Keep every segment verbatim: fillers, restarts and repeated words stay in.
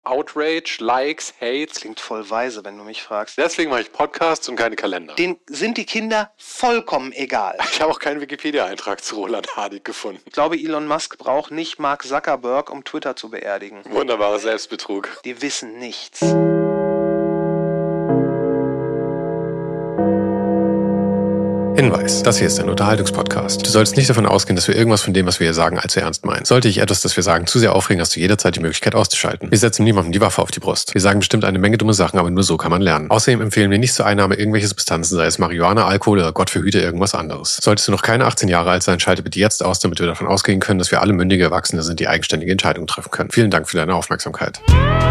Outrage, Likes, Hates. Klingt voll weise, wenn du mich fragst. Deswegen mache ich Podcasts und keine Kalender. Den sind die Kinder vollkommen egal. Ich habe auch keinen Wikipedia-Eintrag zu Roland Hardig gefunden. Ich glaube, Elon Musk braucht nicht Mark Zuckerberg, um Twitter zu beerdigen. Wunderbarer Selbstbetrug. Die wissen nichts. Hinweis, das hier ist ein Unterhaltungspodcast. Du solltest nicht davon ausgehen, dass wir irgendwas von dem, was wir hier sagen, allzu ernst meinen. Sollte dich etwas, das wir sagen, zu sehr aufregen, hast du jederzeit die Möglichkeit auszuschalten. Wir setzen niemandem die Waffe auf die Brust. Wir sagen bestimmt eine Menge dumme Sachen, aber nur so kann man lernen. Außerdem empfehlen wir nicht zur Einnahme irgendwelche Substanzen, sei es Marihuana, Alkohol oder Gott verhüte irgendwas anderes. Solltest du noch keine achtzehn Jahre alt sein, schalte bitte jetzt aus, damit wir davon ausgehen können, dass wir alle mündige Erwachsene sind, die eigenständige Entscheidungen treffen können. Vielen Dank für deine Aufmerksamkeit.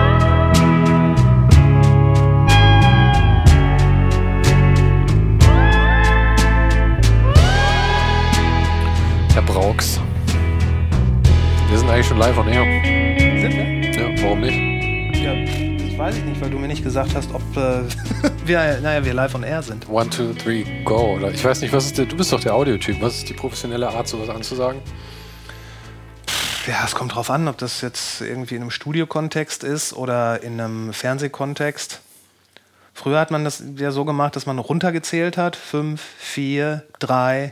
Herr Brauchs. Wir sind eigentlich schon live on air. Sind wir? Ja, warum nicht? Ja, das weiß ich nicht, weil du mir nicht gesagt hast, ob äh, wir, naja, wir live on air sind. One, two, three, go. Oder ich weiß nicht, was ist der, du bist doch der Audiotyp. Was ist die professionelle Art, sowas anzusagen? Ja, es kommt drauf an, ob das jetzt irgendwie in einem Studiokontext ist oder in einem Fernsehkontext. Früher hat man das ja so gemacht, dass man runtergezählt hat. Fünf, vier, drei.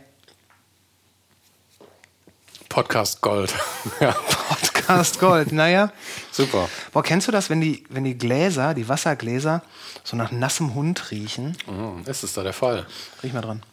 Podcast Gold. Ja. Podcast Gold, naja. Super. Boah, kennst du das, wenn die, wenn die Gläser, die Wassergläser, so nach nassem Hund riechen? Mhm, ist es da der Fall? Riech mal dran.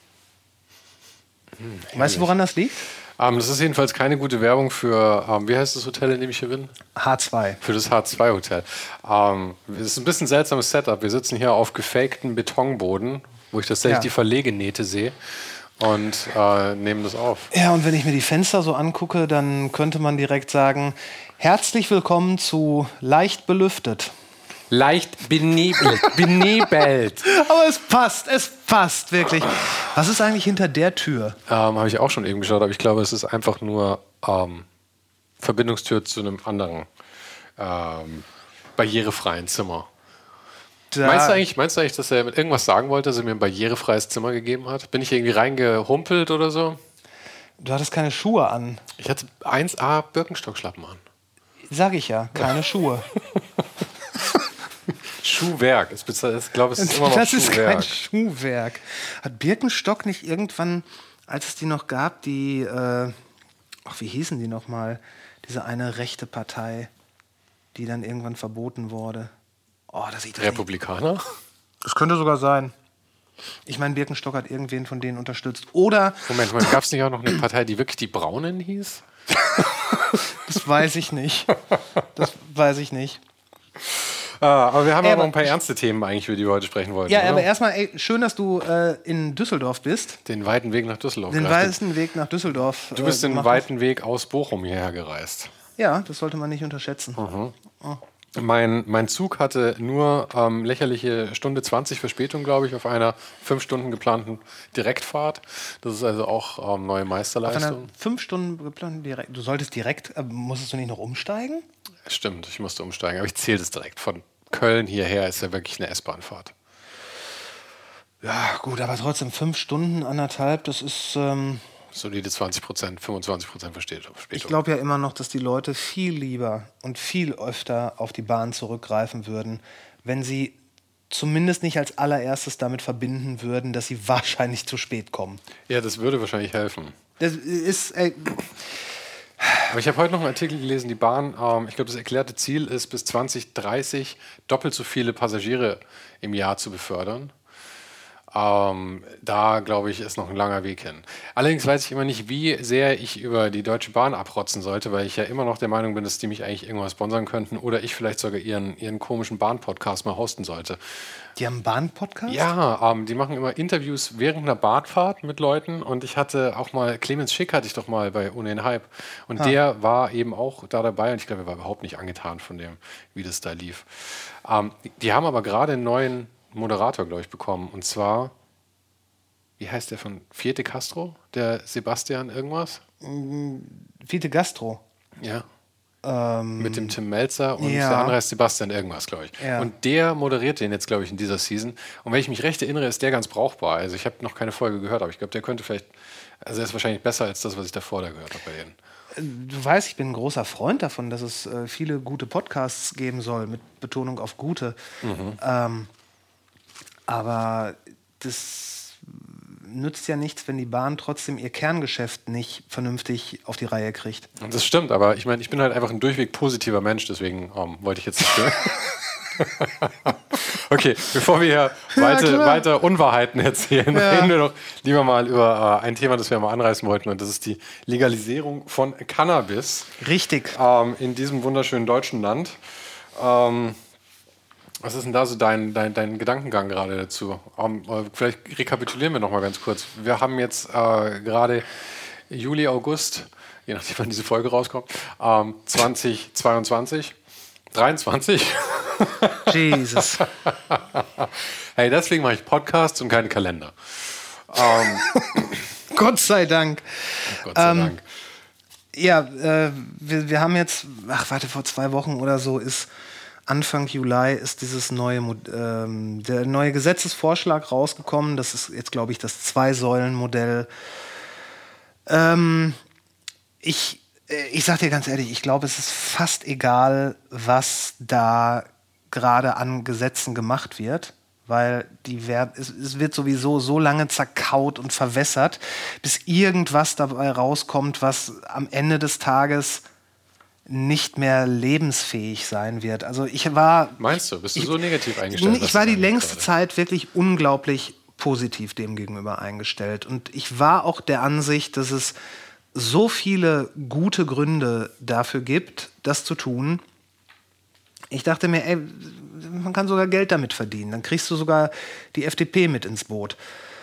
Mhm, weißt du, woran das liegt? Ähm, das ist jedenfalls keine gute Werbung für, ähm, wie heißt das Hotel, in dem ich hier bin? H zwei. Für das H zwei Hotel. Ähm, es ist ein bisschen ein seltsames Setup. Wir sitzen hier auf gefakten Betonboden, wo ich tatsächlich Ja. die Verlegenähte sehe. Und äh, nehmen das auf. Ja, und wenn ich mir die Fenster so angucke, dann könnte man direkt sagen, herzlich willkommen zu Leicht belüftet. Leicht benebelt. benebelt. Aber es passt, es passt wirklich. Was ist eigentlich hinter der Tür? Ähm, Habe ich auch schon eben geschaut, aber ich glaube, es ist einfach nur ähm, Verbindungstür zu einem anderen ähm, barrierefreien Zimmer. Da Meinst du, eigentlich, meinst du eigentlich, dass er mit irgendwas sagen wollte, dass er mir ein barrierefreies Zimmer gegeben hat? Bin ich irgendwie reingehumpelt oder so? Du hattest keine Schuhe an. Ich hatte eins A Birkenstockschlappen an. Sag ich ja, keine Schuhe. Schuhwerk. Ich glaube, es ist immer noch Das ist Schuhwerk. kein Schuhwerk. Hat Birkenstock nicht irgendwann, als es die noch gab, die, äh, ach, wie hießen die nochmal? Diese eine rechte Partei, die dann irgendwann verboten wurde. Oh, das sieht das Republikaner? nicht. Das könnte sogar sein. Ich meine, Birkenstock hat irgendwen von denen unterstützt. Oder. Moment, Moment, gab es nicht auch noch eine Partei, die wirklich die Braunen hieß? Das weiß ich nicht. Das weiß ich nicht. Ah, aber wir haben Ey, ja noch aber- ein paar ernste Themen eigentlich, über die wir heute sprechen wollten. Ja, oder? aber erstmal, ey, schön, dass du äh, in Düsseldorf bist. Den weiten Weg nach Düsseldorf Den gereist. weißen Weg nach Düsseldorf. Du bist äh, den gemacht weiten Weg aus Bochum hierher gereist. hast. Ja, das sollte man nicht unterschätzen. Mhm. Mein, mein Zug hatte nur ähm, lächerliche Stunde zwanzig Verspätung, glaube ich, auf einer fünf Stunden geplanten Direktfahrt. Das ist also auch ähm, neue Auf Meisterleistung. einer fünf Stunden geplanten direkt. Du solltest direkt, äh, musstest du nicht noch umsteigen? Stimmt, ich musste umsteigen, aber ich zähle das direkt. Von Köln hierher ist ja wirklich eine S-Bahn-Fahrt. Ja, gut, aber trotzdem fünf Stunden, anderthalb, das ist. Ähm, Solide zwanzig Prozent, fünfundzwanzig Prozent Verspätung. ich glaube ja immer noch, dass die Leute viel lieber und viel öfter auf die Bahn zurückgreifen würden, wenn sie zumindest nicht als allererstes damit verbinden würden, dass sie wahrscheinlich zu spät kommen. Ja, das würde wahrscheinlich helfen. Das ist. Ey, Aber ich habe heute noch einen Artikel gelesen, die Bahn, ähm, ich glaube, das erklärte Ziel ist, bis zwanzig dreißig doppelt so viele Passagiere im Jahr zu befördern. Ähm, da, glaube ich, ist noch ein langer Weg hin. Allerdings weiß ich immer nicht, wie sehr ich über die Deutsche Bahn abrotzen sollte, weil ich ja immer noch der Meinung bin, dass die mich eigentlich irgendwas sponsern könnten oder ich vielleicht sogar ihren, ihren komischen Bahn-Podcast mal hosten sollte. die haben einen Bahn-Podcast? Ja, ähm, die machen immer Interviews während einer Bahnfahrt mit Leuten und ich hatte auch mal, Clemens Schick hatte ich doch mal bei Ohne den Hype und Ah. der war eben auch da dabei und ich glaube, er war überhaupt nicht angetan von dem, wie das da lief. Ähm, die, die haben aber gerade einen neuen Moderator, glaube ich, bekommen und zwar, wie heißt der von Vierte Castro? Der Sebastian irgendwas? Fiete Gastro. Ja. Ähm, Mit dem Tim Melzer und ja. der andere heißt Sebastian irgendwas, glaube ich. Ja. Und der moderiert den jetzt, glaube ich, in dieser Season. Und wenn ich mich recht erinnere, ist der ganz brauchbar. Also ich habe noch keine Folge gehört, aber ich glaube, der könnte vielleicht, also er ist wahrscheinlich besser als das, was ich davor da gehört habe bei denen. Du weißt, ich bin ein großer Freund davon, dass es äh, viele gute Podcasts geben soll, mit Betonung auf gute. Mhm. Ähm, aber das nützt ja nichts, wenn die Bahn trotzdem ihr Kerngeschäft nicht vernünftig auf die Reihe kriegt. Das stimmt, aber ich meine, ich bin halt einfach ein durchweg positiver Mensch, deswegen um, wollte ich jetzt nicht stören. Okay, bevor wir hier weiter, ja, weiter Unwahrheiten erzählen, ja. reden wir doch lieber mal über äh, ein Thema, das wir mal anreißen wollten, und das ist die Legalisierung von Cannabis. Richtig. Ähm, in diesem wunderschönen deutschen Land. Ähm, was ist denn da so dein, dein, dein Gedankengang gerade dazu? Ähm, vielleicht rekapitulieren wir noch mal ganz kurz. Wir haben jetzt äh, gerade Juli, August, je nachdem, wann diese Folge rauskommt, ähm, zwanzig zweiundzwanzig, dreiundzwanzig. Jesus. Hey, deswegen mache ich Podcasts und keinen Kalender. Ähm, Gott sei Dank. Gott sei ähm, Dank. Ja, äh, wir, wir haben jetzt, ach warte, vor zwei Wochen oder so ist Anfang Juli ist dieses neue, ähm, der neue Gesetzesvorschlag rausgekommen. Das ist jetzt, glaube ich, das Zwei-Säulen-Modell. Ähm, ich, ich sag dir ganz ehrlich, ich glaube, es ist fast egal, was da gerade an Gesetzen gemacht wird, weil die werden, es, es wird sowieso so lange zerkaut und verwässert, bis irgendwas dabei rauskommt, was am Ende des Tages nicht mehr lebensfähig sein wird. Also ich war... Meinst du? Bist du ich, so negativ eingestellt? Ich war die längste Zeit wirklich unglaublich positiv dem gegenüber eingestellt. Und ich war auch der Ansicht, dass es so viele gute Gründe dafür gibt, das zu tun. Ich dachte mir, ey, man kann sogar Geld damit verdienen. Dann kriegst du sogar die F D P mit ins Boot.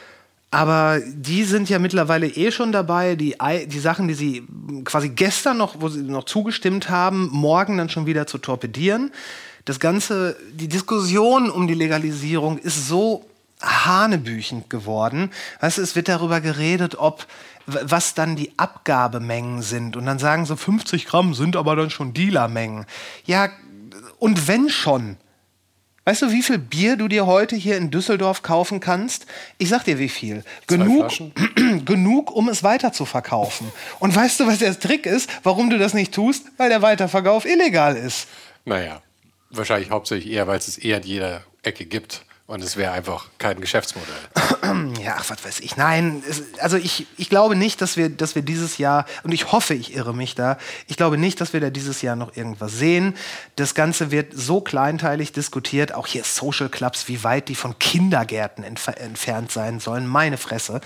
Aber die sind ja mittlerweile eh schon dabei, die, die Sachen, die sie quasi gestern noch, wo sie noch zugestimmt haben, morgen dann schon wieder zu torpedieren. Das Ganze, die Diskussion um die Legalisierung ist so hanebüchend geworden. Weißt du, es wird darüber geredet, ob was dann die Abgabemengen sind. Und dann sagen so, fünfzig Gramm sind aber dann schon Dealermengen. Ja, und wenn schon. Weißt du, wie viel Bier du dir heute hier in Düsseldorf kaufen kannst? Ich sag dir, wie viel. Genug, genug, um es weiter zu verkaufen. Und weißt du, was der Trick ist, warum du das nicht tust? Weil der Weiterverkauf illegal ist. Naja, wahrscheinlich hauptsächlich eher, weil es es eher in jeder Ecke gibt. Und es wäre einfach kein Geschäftsmodell. Ja, ach, was weiß ich. Nein, es, also ich, ich glaube nicht, dass wir, dass wir dieses Jahr, und ich hoffe, ich irre mich da, ich glaube nicht, dass wir da dieses Jahr noch irgendwas sehen. Das Ganze wird so kleinteilig diskutiert, auch hier Social Clubs, wie weit die von Kindergärten entf- entfernt sein sollen. Meine Fresse.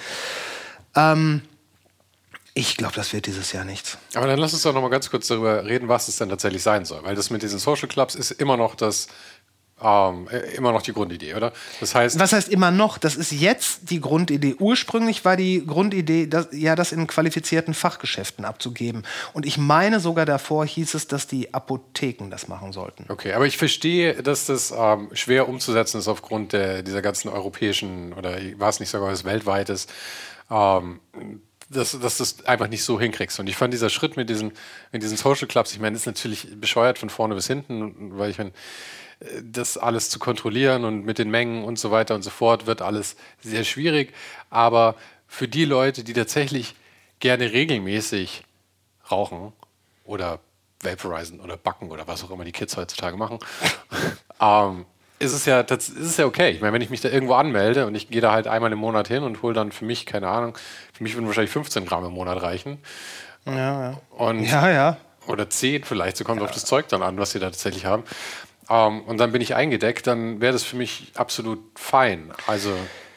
Ähm, ich glaube, das wird dieses Jahr nichts. Aber dann lass uns doch noch mal ganz kurz darüber reden, was es denn tatsächlich sein soll. Weil das mit diesen Social Clubs ist immer noch das... Um, immer noch die Grundidee, oder? Das heißt, was heißt immer noch? Das ist jetzt die Grundidee. Ursprünglich war die Grundidee, das, ja, das in qualifizierten Fachgeschäften abzugeben. Und ich meine sogar davor hieß es, dass die Apotheken das machen sollten. Okay, aber ich verstehe, dass das ähm, schwer umzusetzen ist aufgrund der, dieser ganzen europäischen, oder war es nicht sogar was weltweites, ähm, dass, dass du das einfach nicht so hinkriegst. Und ich fand dieser Schritt mit diesen, mit diesen Social Clubs, ich meine, ist natürlich bescheuert von vorne bis hinten, weil ich meine, das alles zu kontrollieren und mit den Mengen und so weiter und so fort wird alles sehr schwierig. Aber für die Leute, die tatsächlich gerne regelmäßig rauchen oder vaporisen oder backen oder was auch immer die Kids heutzutage machen, ähm, ist es ja, das ist es ja okay. Ich meine, wenn ich mich da irgendwo anmelde und ich gehe da halt einmal im Monat hin und hole dann für mich, keine Ahnung, für mich würden wahrscheinlich fünfzehn Gramm im Monat reichen. Ja, ja. Und, ja, ja. Oder zehn vielleicht, so kommt ja auf das Zeug dann an, was sie da tatsächlich haben. Um, und dann bin ich eingedeckt, dann wäre das für mich absolut fein. Also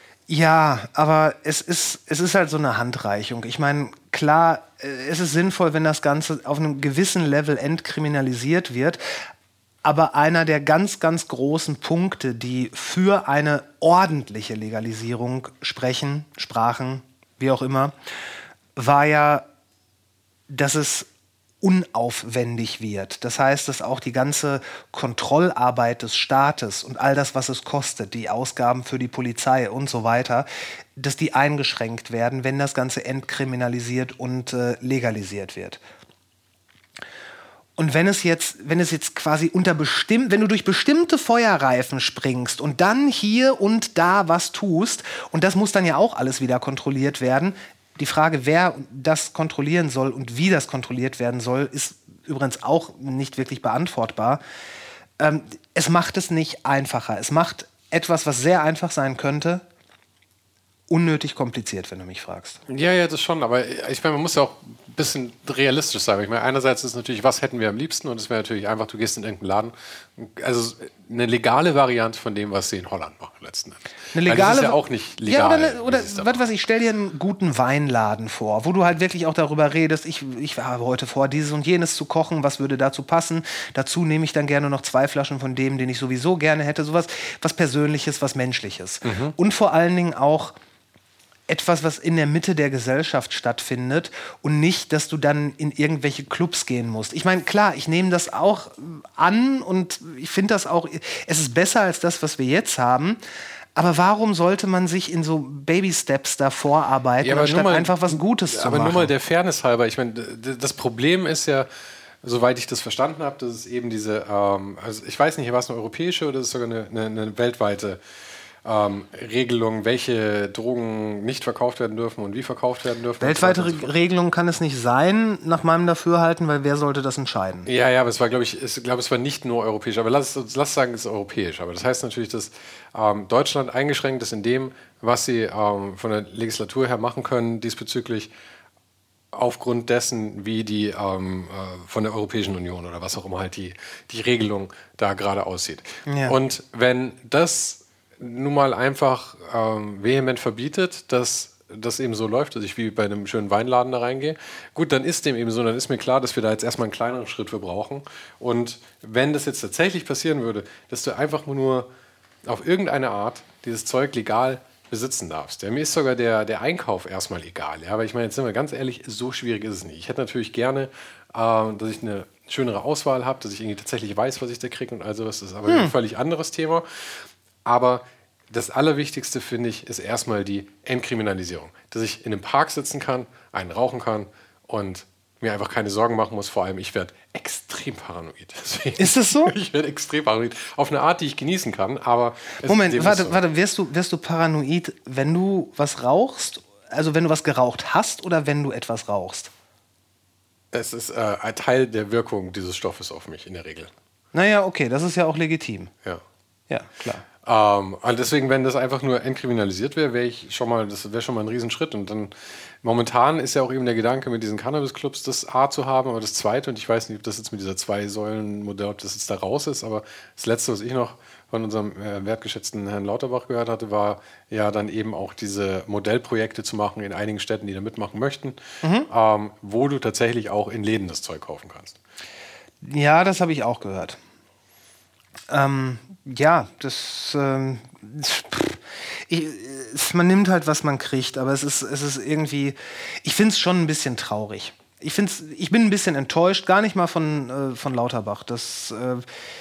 ja, aber es ist, es ist halt so eine Handreichung. Ich meine, klar, es ist sinnvoll, wenn das Ganze auf einem gewissen Level entkriminalisiert wird. Aber einer der ganz, ganz großen Punkte, die für eine ordentliche Legalisierung sprechen, sprachen, wie auch immer, war ja, dass es unaufwendig wird. Das heißt, dass auch die ganze Kontrollarbeit des Staates und all das, was es kostet, die Ausgaben für die Polizei und so weiter, dass die eingeschränkt werden, wenn das Ganze entkriminalisiert und äh, legalisiert wird. Und wenn es jetzt, wenn es jetzt quasi unter bestimmt, wenn du durch bestimmte Feuerreifen springst und dann hier und da was tust, und das muss dann ja auch alles wieder kontrolliert werden, Die Frage, wer das kontrollieren soll und wie das kontrolliert werden soll, ist übrigens auch nicht wirklich beantwortbar. Ähm, es macht es nicht einfacher. Es macht etwas, was sehr einfach sein könnte, unnötig kompliziert, wenn du mich fragst. Ja, ja, das schon. Aber ich meine, man muss ja auch ein bisschen realistisch sein. Ich meine, einerseits ist natürlich, was hätten wir am liebsten? Und es wäre natürlich einfach, du gehst in irgendeinen Laden. Also eine legale Variante von dem, was sie in Holland machen letzten Endes. Eine legale, das ist ja auch nicht legal. Ja, oder, oder was, was ich stell dir einen guten Weinladen vor, wo du halt wirklich auch darüber redest, ich, ich habe heute vor, dieses und jenes zu kochen, was würde dazu passen? Dazu nehme ich dann gerne noch zwei Flaschen von dem, den ich sowieso gerne hätte. Sowas, was Persönliches, was Menschliches. Mhm. Und vor allen Dingen auch etwas, was in der Mitte der Gesellschaft stattfindet und nicht, dass du dann in irgendwelche Clubs gehen musst. Ich meine, klar, ich nehme das auch an und ich finde das auch, es ist besser als das, was wir jetzt haben. Aber warum sollte man sich in so Baby-Steps da vorarbeiten, ja, anstatt mal, einfach was Gutes zu aber machen? Aber nur mal der Fairness halber. Ich meine, das Problem ist ja, soweit ich das verstanden habe, dass es eben diese, ähm, also ich weiß nicht, war es eine europäische oder ist es sogar eine, eine, eine weltweite Ähm, Regelung, welche Drogen nicht verkauft werden dürfen und wie verkauft werden dürfen. Weltweite Re- Regelung kann es nicht sein, nach meinem Dafürhalten, weil wer sollte das entscheiden? Ja, ja, aber es war, glaube ich, ich glaube, es war nicht nur europäisch, aber lass, lass sagen, es ist europäisch. Aber das heißt natürlich, dass ähm, Deutschland eingeschränkt ist in dem, was sie ähm, von der Legislatur her machen können, diesbezüglich aufgrund dessen, wie die ähm, äh, von der Europäischen Union oder was auch immer halt die, die Regelung da gerade aussieht. Ja. Und wenn das nun mal einfach ähm, vehement verbietet, dass das eben so läuft, dass ich wie bei einem schönen Weinladen da reingehe. Gut, dann ist dem eben so, dann ist mir klar, dass wir da jetzt erstmal einen kleineren Schritt für brauchen. Und wenn das jetzt tatsächlich passieren würde, dass du einfach nur auf irgendeine Art dieses Zeug legal besitzen darfst. Ja, mir ist sogar der, der Einkauf erstmal egal. Ja, aber ich meine, jetzt sind wir ganz ehrlich, so schwierig ist es nicht. Ich hätte natürlich gerne, äh, dass ich eine schönere Auswahl habe, dass ich irgendwie tatsächlich weiß, was ich da kriege und all sowas. Das ist aber hm. ein völlig anderes Thema. Aber das Allerwichtigste, finde ich, ist erstmal die Entkriminalisierung. Dass ich in einem Park sitzen kann, einen rauchen kann und mir einfach keine Sorgen machen muss. Vor allem, ich werde extrem paranoid. Deswegen, ist das so? Ich werde extrem paranoid. Auf eine Art, die ich genießen kann, aber... Moment, warte, so. warte wirst, du, wirst du paranoid, wenn du was rauchst? Also wenn du was geraucht hast oder wenn du etwas rauchst? Es ist äh, ein Teil der Wirkung dieses Stoffes auf mich in der Regel. Naja, okay, das ist ja auch legitim. Ja. Ja, klar. Ähm, und deswegen, wenn das einfach nur entkriminalisiert wäre, wäre ich schon mal, das wäre schon mal ein Riesenschritt. Und dann momentan ist ja auch eben der Gedanke, mit diesen Cannabis-Clubs das A zu haben, aber das Zweite, und ich weiß nicht, ob das jetzt mit dieser Zwei-Säulen-Modell, ob das jetzt da raus ist, aber das Letzte, was ich noch von unserem äh, wertgeschätzten Herrn Lauterbach gehört hatte, war ja dann eben auch diese Modellprojekte zu machen in einigen Städten, die da mitmachen möchten, mhm. ähm, wo du tatsächlich auch in Läden das Zeug kaufen kannst. Ja, das habe ich auch gehört. Ähm, ja, das, ähm, ich, man nimmt halt, was man kriegt, aber es ist, es ist irgendwie, ich finde es schon ein bisschen traurig. Ich, find's, ich bin ein bisschen enttäuscht, gar nicht mal von, äh, von Lauterbach. Das, äh,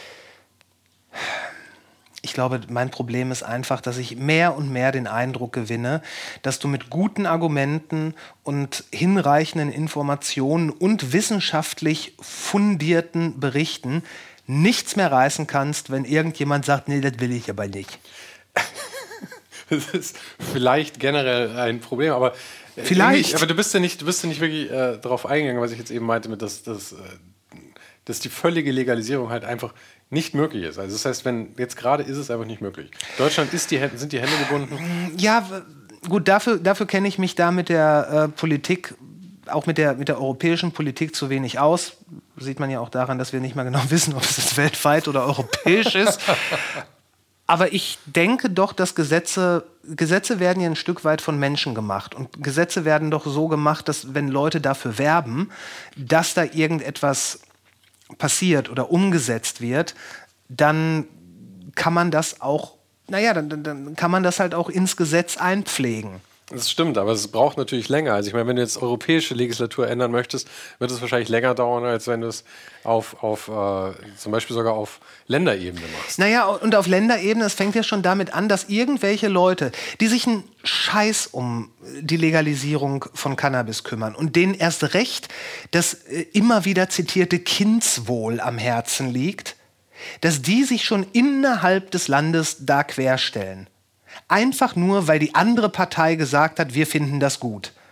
ich glaube, mein Problem ist einfach, dass ich mehr und mehr den Eindruck gewinne, dass du mit guten Argumenten und hinreichenden Informationen und wissenschaftlich fundierten Berichten nichts mehr reißen kannst, wenn irgendjemand sagt, nee, das will ich aber nicht. Das ist vielleicht generell ein Problem, aber vielleicht. Aber du bist ja nicht, du bist ja nicht wirklich äh, darauf eingegangen, was ich jetzt eben meinte, mit dass, dass, äh, dass die völlige Legalisierung halt einfach nicht möglich ist. Also das heißt, wenn jetzt gerade ist es einfach nicht möglich. Deutschland ist die, sind die Hände gebunden. Ja, gut, dafür, dafür kenne ich mich da mit der äh, Politik, auch mit der, mit der europäischen Politik zu wenig aus. Sieht man ja auch daran, dass wir nicht mal genau wissen, ob es jetzt weltweit oder europäisch ist. Aber ich denke doch, dass Gesetze, Gesetze werden ja ein Stück weit von Menschen gemacht. Und Gesetze werden doch so gemacht, dass wenn Leute dafür werben, dass da irgendetwas passiert oder umgesetzt wird, dann kann man das auch, naja, dann, dann kann man das halt auch ins Gesetz einpflegen. Das stimmt, aber es braucht natürlich länger. Also ich meine, wenn du jetzt europäische Legislatur ändern möchtest, wird es wahrscheinlich länger dauern, als wenn du es auf, auf äh, zum Beispiel sogar auf Länderebene machst. Naja, und auf Länderebene, es fängt ja schon damit an, dass irgendwelche Leute, die sich einen Scheiß um die Legalisierung von Cannabis kümmern und denen erst recht das äh, immer wieder zitierte Kindswohl am Herzen liegt, dass die sich schon innerhalb des Landes da querstellen. Einfach nur, weil die andere Partei gesagt hat, wir finden das gut.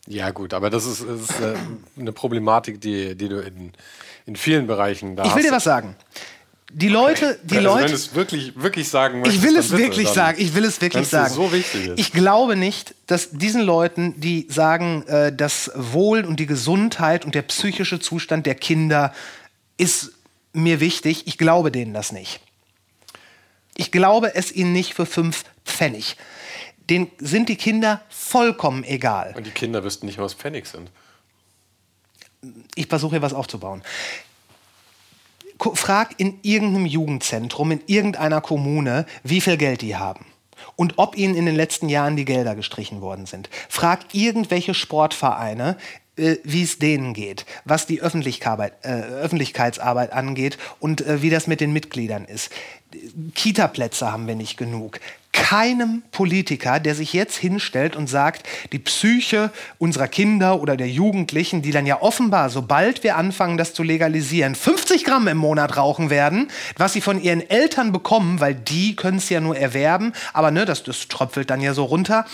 Ja gut, aber das ist, ist äh, eine Problematik, die, die du in, in vielen Bereichen da Ich will hast. dir was sagen. Die Leute, die also Leute. Wenn du es wirklich, wirklich sagen möchtest, Ich will dann es bitte, wirklich dann, sagen. Ich will es wirklich wenn's dir sagen. so wichtig ist. Ich glaube nicht, dass diesen Leuten, die sagen, äh, das Wohl und die Gesundheit und der psychische Zustand der Kinder ist mir wichtig. Ich glaube denen das nicht. Ich glaube es ihnen nicht für fünf Pfennig. Denen sind die Kinder vollkommen egal. Und die Kinder wüssten nicht, was Pfennig sind. Ich versuche hier was aufzubauen. Frag in irgendeinem Jugendzentrum, in irgendeiner Kommune, wie viel Geld die haben. Und ob ihnen in den letzten Jahren die Gelder gestrichen worden sind. Frag irgendwelche Sportvereine, äh, wie es denen geht, was die Öffentlichkeit, äh, Öffentlichkeitsarbeit angeht und äh, wie das mit den Mitgliedern ist. Kita-Plätze haben wir nicht genug. Keinem Politiker, der sich jetzt hinstellt und sagt, die Psyche unserer Kinder oder der Jugendlichen, die dann ja offenbar, sobald wir anfangen, das zu legalisieren, fünfzig Gramm im Monat rauchen werden, was sie von ihren Eltern bekommen, weil die können es ja nur erwerben, aber ne, das, das tröpfelt dann ja so runter.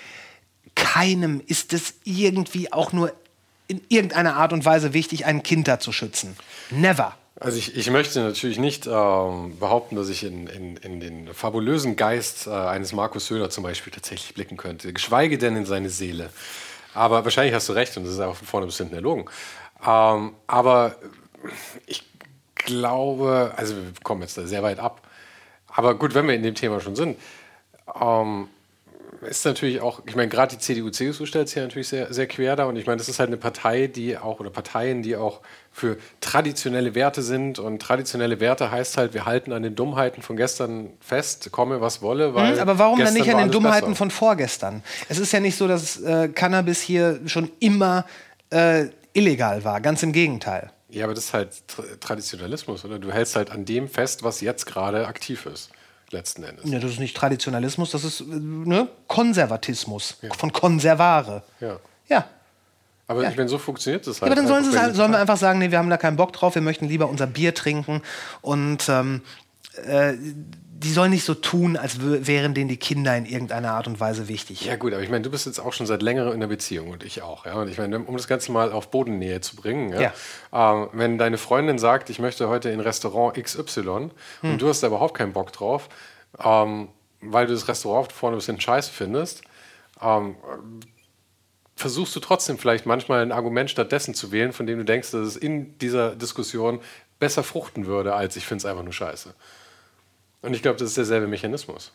Keinem ist es irgendwie auch nur in irgendeiner Art und Weise wichtig, ein Kind da zu schützen. Never. Also ich, ich möchte natürlich nicht ähm, behaupten, dass ich in, in, in den fabulösen Geist äh, eines Markus Söder zum Beispiel tatsächlich blicken könnte, geschweige denn in seine Seele. Aber wahrscheinlich hast du recht und das ist auch von vorne bis hinten erlogen. Ähm, aber ich glaube, also wir kommen jetzt da sehr weit ab, aber gut, wenn wir in dem Thema schon sind, ähm, ist natürlich auch, ich meine, gerade die C D U, C S U stellt sich ja natürlich sehr, sehr quer da und ich meine, das ist halt eine Partei, die auch, oder Parteien, die auch für traditionelle Werte sind und traditionelle Werte heißt halt, wir halten an den Dummheiten von gestern fest, komme was wolle, weil hm, aber warum dann nicht an den Dummheiten besser. von vorgestern? Es ist ja nicht so, dass äh, Cannabis hier schon immer äh, illegal war, ganz im Gegenteil. Ja, aber das ist halt Tra- Traditionalismus, oder? Du hältst halt an dem fest, was jetzt gerade aktiv ist. Letzten Endes. Ja, das ist nicht Traditionalismus, das ist äh, ne? Konservatismus. Ja. Von Konservare. Ja. Ja. Aber Ja. ich meine, so funktioniert das Ja, halt. aber dann sollen, sie, einfach, wenn halt- sollen wir einfach sagen, nee, wir haben da keinen Bock drauf, wir möchten lieber unser Bier trinken und ähm, äh, die sollen nicht so tun, als wö- wären denen die Kinder in irgendeiner Art und Weise wichtig. Ja gut, aber ich meine, du bist jetzt auch schon seit längerem in einer Beziehung und ich auch. Ja? Und ich meine, um das Ganze mal auf Bodennähe zu bringen, ja? Ähm, wenn deine Freundin sagt, ich möchte heute in Restaurant X Y hm. und du hast da überhaupt keinen Bock drauf, ähm, weil du das Restaurant vorne ein bisschen scheiße findest, ähm, versuchst du trotzdem vielleicht manchmal ein Argument stattdessen zu wählen, von dem du denkst, dass es in dieser Diskussion besser fruchten würde, als ich finde es einfach nur scheiße. Und ich glaube, das ist derselbe Mechanismus.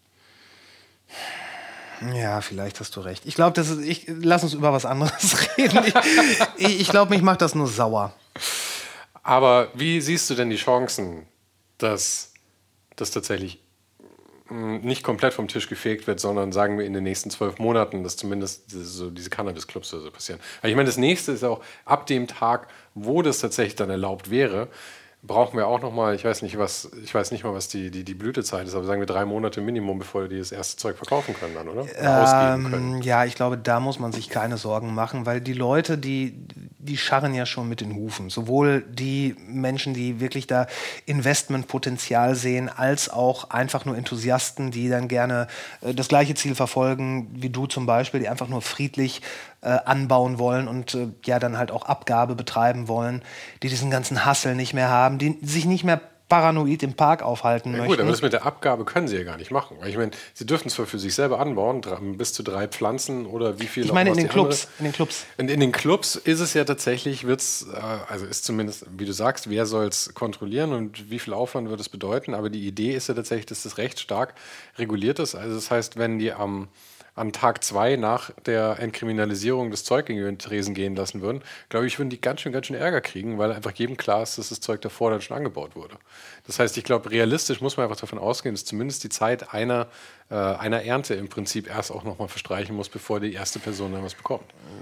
Ja, vielleicht hast du recht. Ich glaube, das ist. Ich, lass uns über was anderes reden. Ich, ich, ich glaube, mich macht das nur sauer. Aber wie siehst du denn die Chancen, dass das tatsächlich mh, nicht komplett vom Tisch gefegt wird, sondern sagen wir in den nächsten zwölf Monaten, dass zumindest diese, so diese Cannabis-Clubs so passieren? Weil ich meine, das nächste ist auch ab dem Tag, wo das tatsächlich dann erlaubt wäre, brauchen wir auch noch mal, ich weiß nicht, was, ich weiß nicht mal, was die, die, die Blütezeit ist, aber sagen wir drei Monate Minimum, bevor die das erste Zeug verkaufen können dann, oder? Oder ausgeben können. Ähm, ja, ich glaube, da muss man sich keine Sorgen machen, weil die Leute, die, die scharren ja schon mit den Hufen. Sowohl die Menschen, die wirklich da Investmentpotenzial sehen, als auch einfach nur Enthusiasten, die dann gerne äh, das gleiche Ziel verfolgen, wie du zum Beispiel, die einfach nur friedlich äh, anbauen wollen und äh, ja dann halt auch Abgabe betreiben wollen, die diesen ganzen Hassel nicht mehr haben, die sich nicht mehr paranoid im Park aufhalten Ja, möchten. gut, aber das mit der Abgabe können sie ja gar nicht machen. Weil ich meine, sie dürfen zwar für sich selber anbauen, drei, bis zu drei Pflanzen oder wie viel Ich auch meine was in den die Clubs. andere- In den Clubs. Und in den Clubs ist es ja tatsächlich, wird's, äh, also ist zumindest, wie du sagst, wer soll es kontrollieren und wie viel Aufwand wird es bedeuten? Aber die Idee ist ja tatsächlich, dass das recht stark reguliert ist. Also das heißt, wenn die am an Tag zwei nach der Entkriminalisierung das Zeug gegen den Tresen gehen lassen würden, glaube ich, würden die ganz schön, ganz schön Ärger kriegen, weil einfach jedem klar ist, dass das Zeug davor dann schon angebaut wurde. Das heißt, ich glaube, realistisch muss man einfach davon ausgehen, dass zumindest die Zeit einer, äh, einer Ernte im Prinzip erst auch nochmal verstreichen muss, bevor die erste Person dann was bekommt.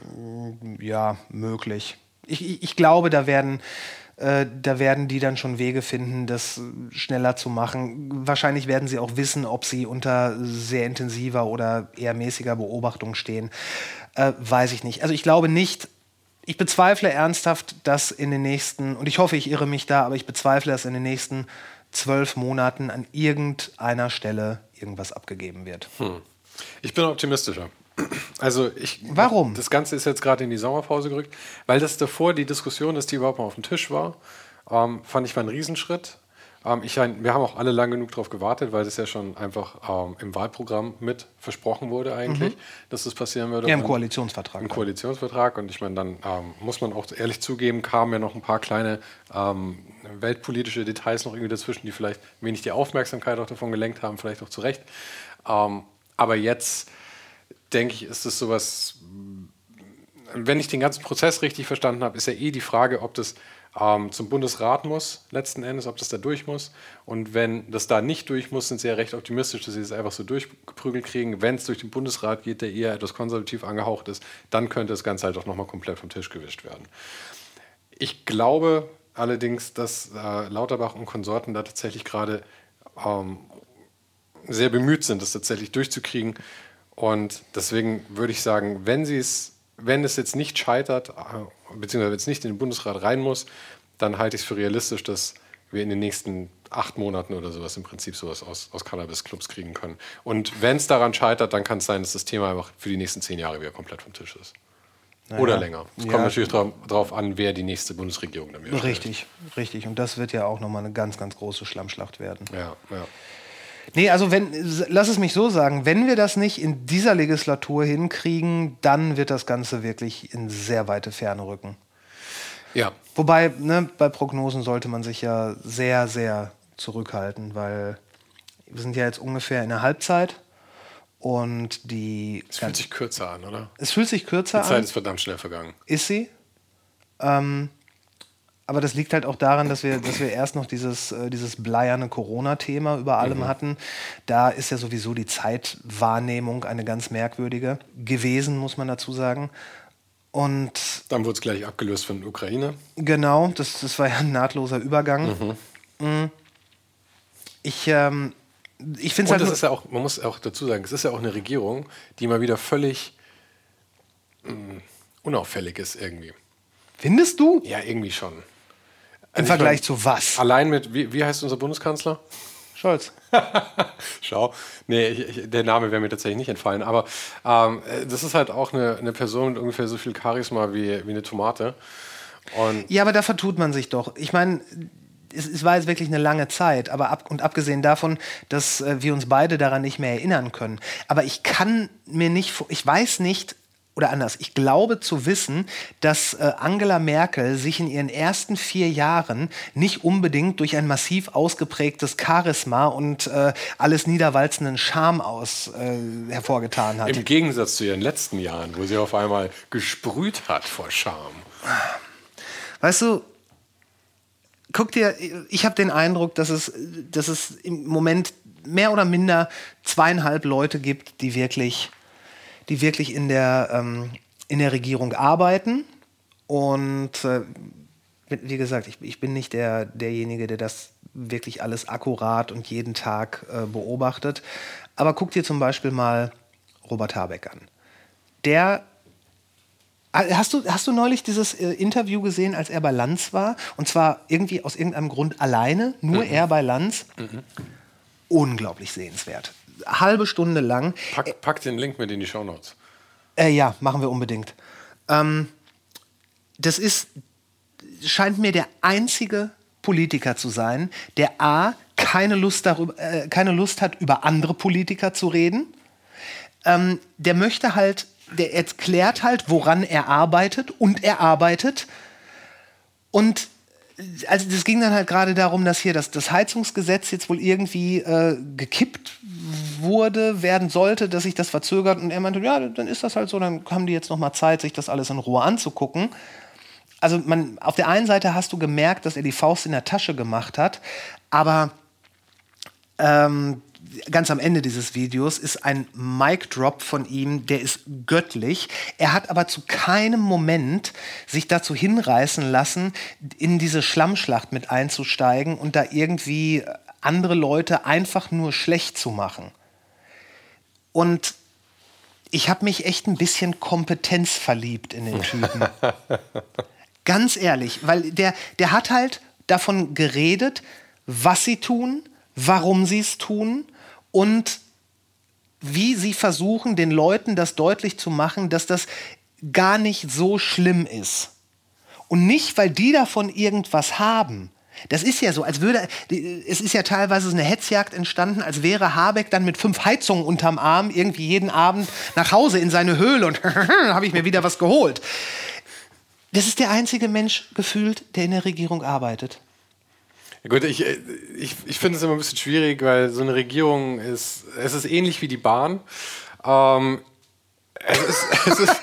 Ja, möglich. Ich, ich, ich glaube, da werden, äh, da werden die dann schon Wege finden, das schneller zu machen. Wahrscheinlich werden sie auch wissen, ob sie unter sehr intensiver oder eher mäßiger Beobachtung stehen. Äh, weiß ich nicht. Also ich glaube nicht, ich bezweifle ernsthaft, dass in den nächsten, und ich hoffe, ich irre mich da, aber ich bezweifle, dass in den nächsten zwölf Monaten an irgendeiner Stelle irgendwas abgegeben wird. Hm. Ich bin optimistischer. Also ich, Warum? Das Ganze ist jetzt gerade in die Sommerpause gerückt, weil das davor die Diskussion, dass die überhaupt mal auf dem Tisch war, ähm, fand ich mal einen Riesenschritt. Ähm, ich, wir haben auch alle lang genug darauf gewartet, weil das ja schon einfach ähm, im Wahlprogramm mit versprochen wurde eigentlich, mhm. dass das passieren würde. Ja, im Koalitionsvertrag. Im Koalitionsvertrag. Und ich meine, dann ähm, muss man auch ehrlich zugeben, kamen ja noch ein paar kleine ähm, weltpolitische Details noch irgendwie dazwischen, die vielleicht wenig die Aufmerksamkeit auch davon gelenkt haben, vielleicht auch zu Recht. Ähm, aber jetzt, denke ich, ist es sowas, wenn ich den ganzen Prozess richtig verstanden habe, ist ja eh die Frage, ob das ähm, zum Bundesrat muss, letzten Endes, ob das da durch muss. Und wenn das da nicht durch muss, sind sie ja recht optimistisch, dass sie das einfach so durchgeprügelt kriegen. Wenn es durch den Bundesrat geht, der eher etwas konservativ angehaucht ist, dann könnte das Ganze halt auch nochmal komplett vom Tisch gewischt werden. Ich glaube allerdings, dass äh, Lauterbach und Konsorten da tatsächlich gerade ähm, sehr bemüht sind, das tatsächlich durchzukriegen. Und deswegen würde ich sagen, wenn sie es Wenn es jetzt nicht scheitert, beziehungsweise wenn es nicht in den Bundesrat rein muss, dann halte ich es für realistisch, dass wir in den nächsten acht Monaten oder sowas im Prinzip sowas aus, aus Cannabis-Clubs kriegen können. Und wenn es daran scheitert, dann kann es sein, dass das Thema einfach für die nächsten zehn Jahre wieder komplett vom Tisch ist. Naja. Oder länger. Es ja. kommt natürlich drauf, drauf an, wer die nächste Bundesregierung damit stellt. Richtig, richtig. Und das wird ja auch nochmal eine ganz, ganz große Schlammschlacht werden. Ja, ja. Nee, also wenn, lass es mich so sagen, wenn wir das nicht in dieser Legislatur hinkriegen, dann wird das Ganze wirklich in sehr weite Ferne rücken. Ja. Wobei, ne, bei Prognosen sollte man sich ja sehr, sehr zurückhalten, weil wir sind ja jetzt ungefähr in der Halbzeit und die... Es fühlt sich kürzer an, oder? Es fühlt sich kürzer an. Die Zeit ist verdammt schnell vergangen. Ist sie. Ähm... Aber das liegt halt auch daran, dass wir, dass wir erst noch dieses, äh, dieses bleierne Corona-Thema über allem mhm. hatten. Da ist ja sowieso die Zeitwahrnehmung eine ganz merkwürdige gewesen, muss man dazu sagen. Und dann wurde es gleich abgelöst von der Ukraine. Genau, das, das war ja ein nahtloser Übergang. Mhm. Ich, ähm, ich finde es halt. Das ist ja auch, man muss auch dazu sagen, es ist ja auch eine Regierung, die mal wieder völlig mh, unauffällig ist irgendwie. Findest du? Ja, irgendwie schon. Im also Vergleich meine, zu was? Allein mit, wie, wie heißt unser Bundeskanzler? Scholz. Schau. Nee, ich, ich, der Name wäre mir tatsächlich nicht entfallen. Aber ähm, das ist halt auch eine, eine Person mit ungefähr so viel Charisma wie, wie eine Tomate. Und ja, aber da vertut man sich doch. Ich meine, es, es war jetzt wirklich eine lange Zeit. Aber ab, und abgesehen davon, dass äh, wir uns beide daran nicht mehr erinnern können. Aber ich kann mir nicht, ich weiß nicht, oder anders, ich glaube zu wissen, dass äh, Angela Merkel sich in ihren ersten vier Jahren nicht unbedingt durch ein massiv ausgeprägtes Charisma und äh, alles niederwalzenden Charme aus äh, hervorgetan hat. Im Gegensatz zu ihren letzten Jahren, wo sie auf einmal gesprüht hat vor Charme. Weißt du, guck dir, ich habe den Eindruck, dass es, dass es im Moment mehr oder minder zweieinhalb Leute gibt, die wirklich... die wirklich in der, ähm, in der Regierung arbeiten. Und äh, wie gesagt, ich, ich bin nicht der, derjenige, der das wirklich alles akkurat und jeden Tag äh, beobachtet. Aber guck dir zum Beispiel mal Robert Habeck an. Der, hast du, hast du neulich dieses äh, Interview gesehen, als er bei Lanz war? Und zwar irgendwie aus irgendeinem Grund alleine, nur mhm. er bei Lanz. Mhm. Unglaublich sehenswert. Halbe Stunde lang. Pack, pack den Link mit in die Shownotes. Äh, ja, machen wir unbedingt. Ähm, das ist, scheint mir der einzige Politiker zu sein, der A, keine Lust, darüber, äh, keine Lust hat, über andere Politiker zu reden. Ähm, der möchte halt, der erklärt halt, woran er arbeitet und er arbeitet. Und also das ging dann halt gerade darum, dass hier das, das Heizungsgesetz jetzt wohl irgendwie äh, gekippt wurde, werden sollte, dass sich das verzögert. Und er meinte, ja, dann ist das halt so, dann haben die jetzt noch mal Zeit, sich das alles in Ruhe anzugucken. Also man, auf der einen Seite hast du gemerkt, dass er die Faust in der Tasche gemacht hat, aber ähm, ganz am Ende dieses Videos ist ein Mic-Drop von ihm, der ist göttlich. Er hat aber zu keinem Moment sich dazu hinreißen lassen, in diese Schlammschlacht mit einzusteigen und da irgendwie andere Leute einfach nur schlecht zu machen. Und ich habe mich echt ein bisschen Kompetenz verliebt in den Typen. Ganz ehrlich, weil der, der hat halt davon geredet, was sie tun, warum sie es tun und wie sie versuchen, den Leuten das deutlich zu machen, dass das gar nicht so schlimm ist. Und nicht, weil die davon irgendwas haben. Das ist ja so, als würde, es ist ja teilweise so eine Hetzjagd entstanden, als wäre Habeck dann mit fünf Heizungen unterm Arm irgendwie jeden Abend nach Hause in seine Höhle und habe ich mir wieder was geholt. Das ist der einzige Mensch gefühlt, der in der Regierung arbeitet. Ja gut, ich, ich, ich finde es immer ein bisschen schwierig, weil so eine Regierung ist, es ist ähnlich wie die Bahn. Ähm, es ist, es ist,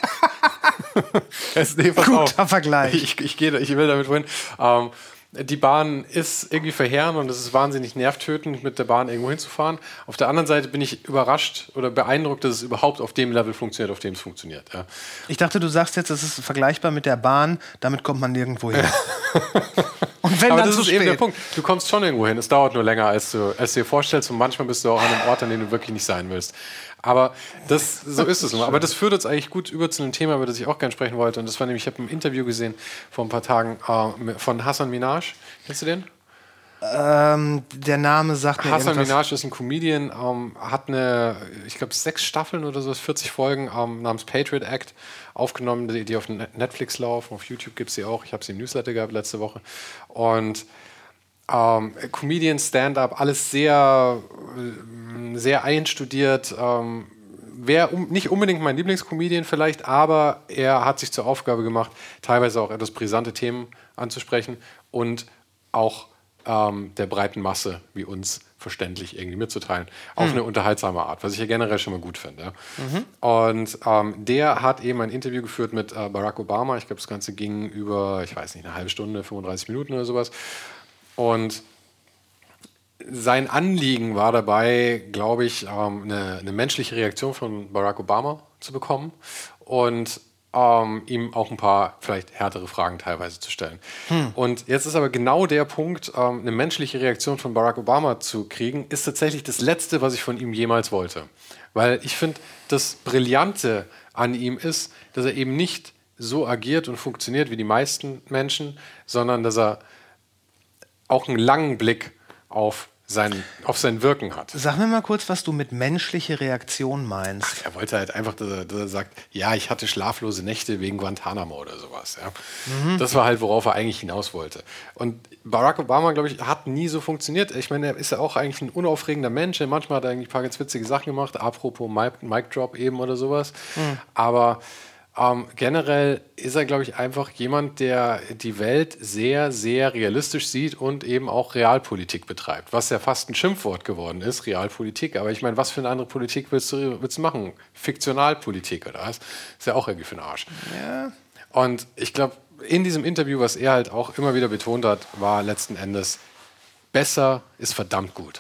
es, nee, pass Guter auf. Vergleich. Ich, ich, gehe, ich will damit wohin. Ähm, Die Bahn ist irgendwie verheerend und es ist wahnsinnig nervtötend, mit der Bahn irgendwo hinzufahren. Auf der anderen Seite bin ich überrascht oder beeindruckt, dass es überhaupt auf dem Level funktioniert, auf dem es funktioniert. Ja. Ich dachte, du sagst jetzt, es ist vergleichbar mit der Bahn, damit kommt man nirgendwo hin. Und wenn Aber dann das zu ist spät. eben der Punkt. Du kommst schon irgendwo hin. Es dauert nur länger, als du, als du dir vorstellst. Und manchmal bist du auch an einem Ort, an dem du wirklich nicht sein willst. Aber das, so ist es nun. Aber das führt uns eigentlich gut über zu einem Thema, über das ich auch gerne sprechen wollte. Und das war nämlich, ich habe ein Interview gesehen vor ein paar Tagen äh, von Hasan Minhaj. Kennst du den? Ähm, der Name sagt mir Hasan irgendwas. Minhaj ist ein Comedian, ähm, hat eine, ich glaube, sechs Staffeln oder so, vierzig Folgen ähm, namens Patriot Act aufgenommen, die, die auf Netflix laufen. Auf YouTube gibt es sie auch. Ich habe sie im Newsletter gehabt letzte Woche. Und ähm, Comedian, Stand-up, alles sehr, sehr einstudiert. Ähm, Wäre um, nicht unbedingt mein Lieblingscomedian vielleicht, aber er hat sich zur Aufgabe gemacht, teilweise auch etwas brisante Themen anzusprechen und auch ähm, der breiten Masse wie uns verständlich irgendwie mitzuteilen, auf hm. eine unterhaltsame Art, was ich ja generell schon mal gut finde. Ja. Mhm. Und ähm, der hat eben ein Interview geführt mit äh, Barack Obama. Ich glaube, das Ganze ging über, ich weiß nicht, eine halbe Stunde, fünfunddreißig Minuten oder sowas. Und sein Anliegen war dabei, glaube ich, ähm, eine, eine menschliche Reaktion von Barack Obama zu bekommen und ähm, ihm auch ein paar vielleicht härtere Fragen teilweise zu stellen. Hm. Und jetzt ist aber genau der Punkt, ähm, eine menschliche Reaktion von Barack Obama zu kriegen, ist tatsächlich das Letzte, was ich von ihm jemals wollte. Weil ich finde, das Brillante an ihm ist, dass er eben nicht so agiert und funktioniert wie die meisten Menschen, sondern dass er auch einen langen Blick auf sein, auf sein Wirken hat. Sag mir mal kurz, was du mit menschliche Reaktion meinst. Ach, er wollte halt einfach, dass er, dass er sagt, ja, ich hatte schlaflose Nächte wegen Guantanamo oder sowas. Ja. Mhm. Das war halt, worauf er eigentlich hinaus wollte. Und Barack Obama, glaube ich, hat nie so funktioniert. Ich meine, er ist ja auch eigentlich ein unaufregender Mensch. Manchmal hat er eigentlich ein paar ganz witzige Sachen gemacht, apropos Mic Drop eben oder sowas. Mhm. Aber Ähm, generell ist er, glaube ich, einfach jemand, der die Welt sehr, sehr realistisch sieht und eben auch Realpolitik betreibt. Was ja fast ein Schimpfwort geworden ist, Realpolitik. Aber ich meine, was für eine andere Politik willst du, willst du machen? Fiktionalpolitik oder was? Ist ja auch irgendwie für den Arsch. Ja. Und ich glaube, in diesem Interview, was er halt auch immer wieder betont hat, war letzten Endes, besser ist verdammt gut.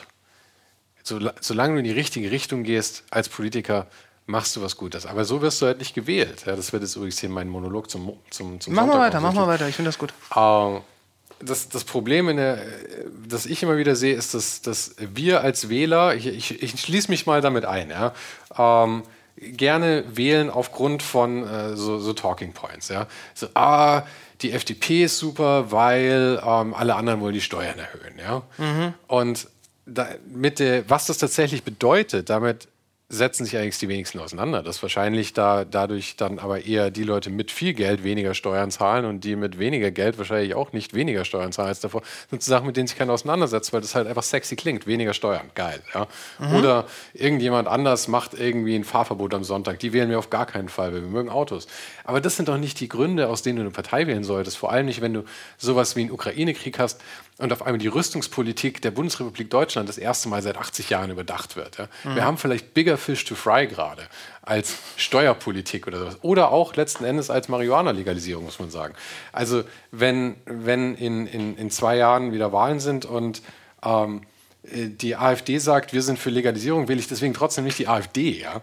So, solange du in die richtige Richtung gehst als Politiker, machst du was Gutes. Aber so wirst du halt nicht gewählt. Ja, das wird jetzt übrigens hier mein Monolog zum, zum, zum Mach Sonntag. mal weiter, mach mal weiter. Ich finde das gut. Ähm, das, das Problem, in der, das ich immer wieder sehe, ist, dass, dass wir als Wähler, ich, ich, ich schließe mich mal damit ein, ja, ähm, gerne wählen aufgrund von äh, so, so Talking Points. Ja. So, ah, die F D P ist super, weil ähm, alle anderen wollen die Steuern erhöhen. Ja. Mhm. Und da, mit der, was das tatsächlich bedeutet, damit setzen sich eigentlich die wenigsten auseinander. Dass wahrscheinlich da, dadurch dann aber eher die Leute mit viel Geld weniger Steuern zahlen und die mit weniger Geld wahrscheinlich auch nicht weniger Steuern zahlen als davor. Das sind Sachen, mit denen sich keiner auseinandersetzt, weil das halt einfach sexy klingt. Weniger Steuern, geil. Ja? Mhm. Oder irgendjemand anders macht irgendwie ein Fahrverbot am Sonntag. Die wählen wir auf gar keinen Fall, weil wir mögen Autos. Aber das sind doch nicht die Gründe, aus denen du eine Partei wählen solltest. Vor allem nicht, wenn du sowas wie einen Ukraine-Krieg hast und auf einmal die Rüstungspolitik der Bundesrepublik Deutschland das erste Mal seit achtzig Jahren überdacht wird. Ja? Mhm. Wir haben vielleicht bigger fish to fry gerade als Steuerpolitik oder sowas. Oder auch letzten Endes als Marihuana-Legalisierung, muss man sagen. Also wenn, wenn in, in, in zwei Jahren wieder Wahlen sind und ähm, die AfD sagt, wir sind für Legalisierung, wähle ich deswegen trotzdem nicht die AfD. Ja?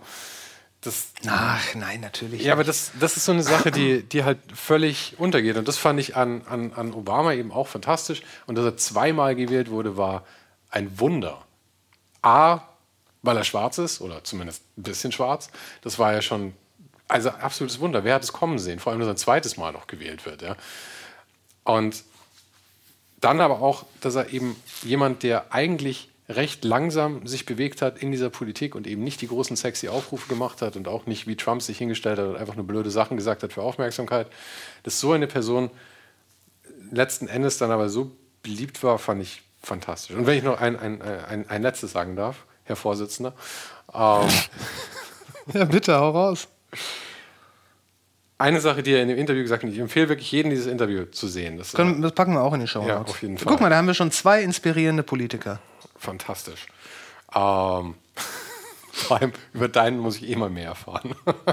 Das, Ach, nein, natürlich. Ja, aber das, das ist so eine Sache, die, die halt völlig untergeht. Und das fand ich an, an, an Obama eben auch fantastisch. Und dass er zweimal gewählt wurde, war ein Wunder. A, weil er schwarz ist, oder zumindest ein bisschen schwarz. Das war ja schon, also absolutes Wunder. Wer hat es kommen sehen? Vor allem, dass er ein zweites Mal noch gewählt wird. Ja. Und dann aber auch, dass er eben jemand, der eigentlich recht langsam sich bewegt hat in dieser Politik und eben nicht die großen sexy Aufrufe gemacht hat und auch nicht wie Trump sich hingestellt hat und einfach nur blöde Sachen gesagt hat für Aufmerksamkeit, dass so eine Person letzten Endes dann aber so beliebt war, fand ich fantastisch. Und wenn ich noch ein, ein, ein, ein letztes sagen darf, Herr Vorsitzender. Ähm, ja, bitte, hau raus. Eine Sache, die er in dem Interview gesagt hat, ich empfehle wirklich jedem, dieses Interview zu sehen. Das, Können, das packen wir auch in die Show. Ja, auf jeden Fall. Guck mal, da haben wir schon zwei inspirierende Politiker. Fantastisch. Ähm, vor allem über deinen muss ich eh mal mehr erfahren.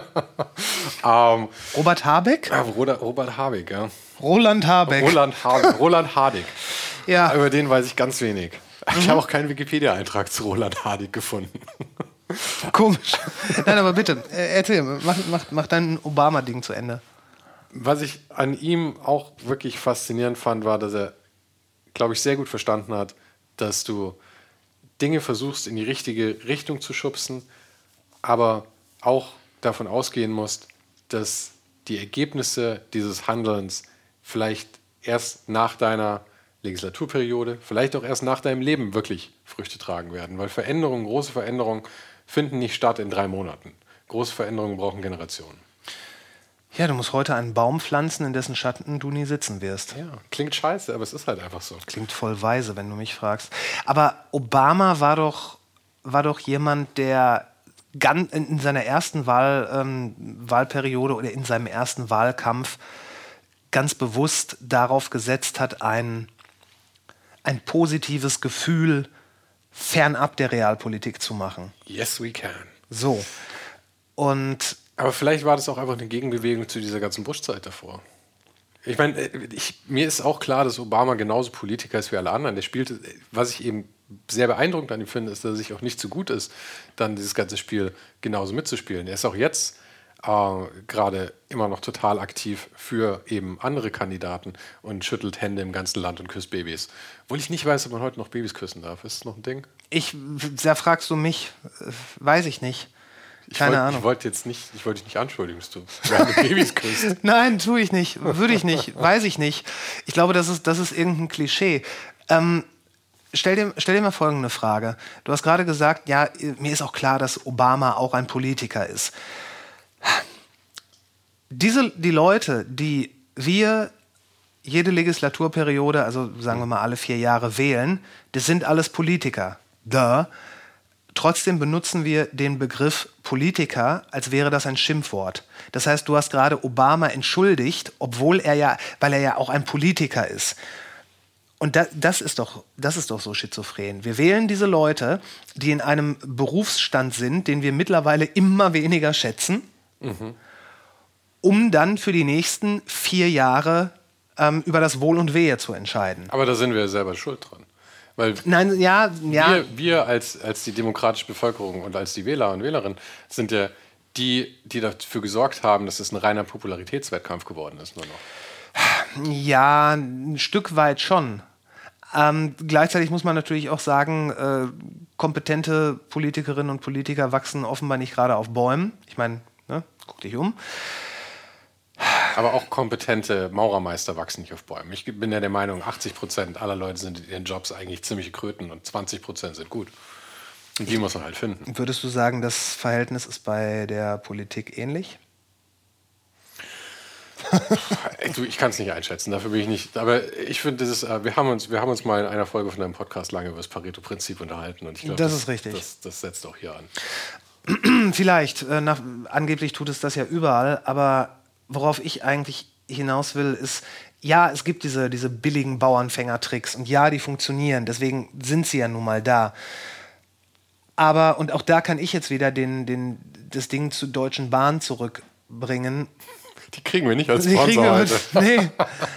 ähm, Robert Habeck? Ja, Robert, Robert Habeck, ja. Roland Habeck. Roland Habeck. Roland Habeck. Ja. Über den weiß ich ganz wenig. Mhm. Ich habe auch keinen Wikipedia-Eintrag zu Roland Habeck gefunden. Komisch. Nein, aber bitte, erzähl, mach, mach, mach dein Obama-Ding zu Ende. Was ich an ihm auch wirklich faszinierend fand, war, dass er, glaube ich, sehr gut verstanden hat, dass du Dinge versuchst, in die richtige Richtung zu schubsen, aber auch davon ausgehen musst, dass die Ergebnisse dieses Handelns vielleicht erst nach deiner Legislaturperiode, vielleicht auch erst nach deinem Leben wirklich Früchte tragen werden. Weil Veränderungen, große Veränderungen finden nicht statt in drei Monaten. Große Veränderungen brauchen Generationen. Ja, du musst heute einen Baum pflanzen, in dessen Schatten du nie sitzen wirst. Ja, klingt scheiße, aber es ist halt einfach so. Klingt voll weise, wenn du mich fragst. Aber Obama war doch, war doch jemand, der ganz in seiner ersten Wahl, ähm, Wahlperiode oder in seinem ersten Wahlkampf ganz bewusst darauf gesetzt hat, ein, ein positives Gefühl fernab der Realpolitik zu machen. Yes, we can. So. Und aber vielleicht war das auch einfach eine Gegenbewegung zu dieser ganzen Bush-Zeit davor. Ich meine, ich, mir ist auch klar, dass Obama genauso Politiker ist wie alle anderen. Der spielt, was ich eben sehr beeindruckend an ihm finde, ist, dass er sich auch nicht so gut ist, dann dieses ganze Spiel genauso mitzuspielen. Er ist auch jetzt äh, gerade immer noch total aktiv für eben andere Kandidaten und schüttelt Hände im ganzen Land und küsst Babys. Obwohl ich nicht weiß, ob man heute noch Babys küssen darf. Ist das noch ein Ding? Ich, da fragst du mich, weiß ich nicht. Ich Keine wollt, Ahnung. Ich wollte jetzt nicht, ich wollte dich nicht anschuldigen, dass du gerne Babys küsst. Nein, tue ich nicht. Würde ich nicht. Weiß ich nicht. Ich glaube, das ist, das ist irgendein Klischee. Ähm, stell dir, stell dir mal folgende Frage. Du hast gerade gesagt, ja, mir ist auch klar, dass Obama auch ein Politiker ist. Diese, die Leute, die wir jede Legislaturperiode, also sagen wir mal alle vier Jahre wählen, das sind alles Politiker. Duh. Trotzdem benutzen wir den Begriff Politiker, als wäre das ein Schimpfwort. Das heißt, du hast gerade Obama entschuldigt, obwohl er ja, weil er ja auch ein Politiker ist. Und da, das ist doch, das ist doch so schizophren. Wir wählen diese Leute, die in einem Berufsstand sind, den wir mittlerweile immer weniger schätzen, mhm. um dann für die nächsten vier Jahre ähm, über das Wohl und Wehe zu entscheiden. Aber da sind wir ja selber schuld dran. Weil Nein, ja, ja. wir, wir als, als die demokratische Bevölkerung und als die Wähler und Wählerinnen sind ja die, die dafür gesorgt haben, dass es ein reiner Popularitätswettkampf geworden ist. Nur noch. Ja, ein Stück weit schon. Ähm, gleichzeitig muss man natürlich auch sagen, äh, kompetente Politikerinnen und Politiker wachsen offenbar nicht gerade auf Bäumen. Ich meine, ne, guck dich um. Aber auch kompetente Maurermeister wachsen nicht auf Bäumen. Ich bin ja der Meinung, achtzig Prozent aller Leute sind in ihren Jobs eigentlich ziemliche Kröten und zwanzig Prozent sind gut. Und die muss man halt finden. Würdest du sagen, das Verhältnis ist bei der Politik ähnlich? Du, ich kann es nicht einschätzen, dafür bin ich nicht. Aber ich finde, das ist, wir haben uns, wir haben uns mal in einer Folge von einem Podcast lange über das Pareto-Prinzip unterhalten. Und ich glaube, das, das ist richtig. Das, das setzt auch hier an. Vielleicht. Äh, nach, angeblich tut es das ja überall, aber worauf ich eigentlich hinaus will, ist, ja, es gibt diese, diese billigen Bauernfänger-Tricks und ja, die funktionieren, deswegen sind sie ja nun mal da. Aber, und auch da kann ich jetzt wieder den, den, das Ding zur Deutschen Bahn zurückbringen. Die kriegen wir nicht als Die Sponsor heute. Nee.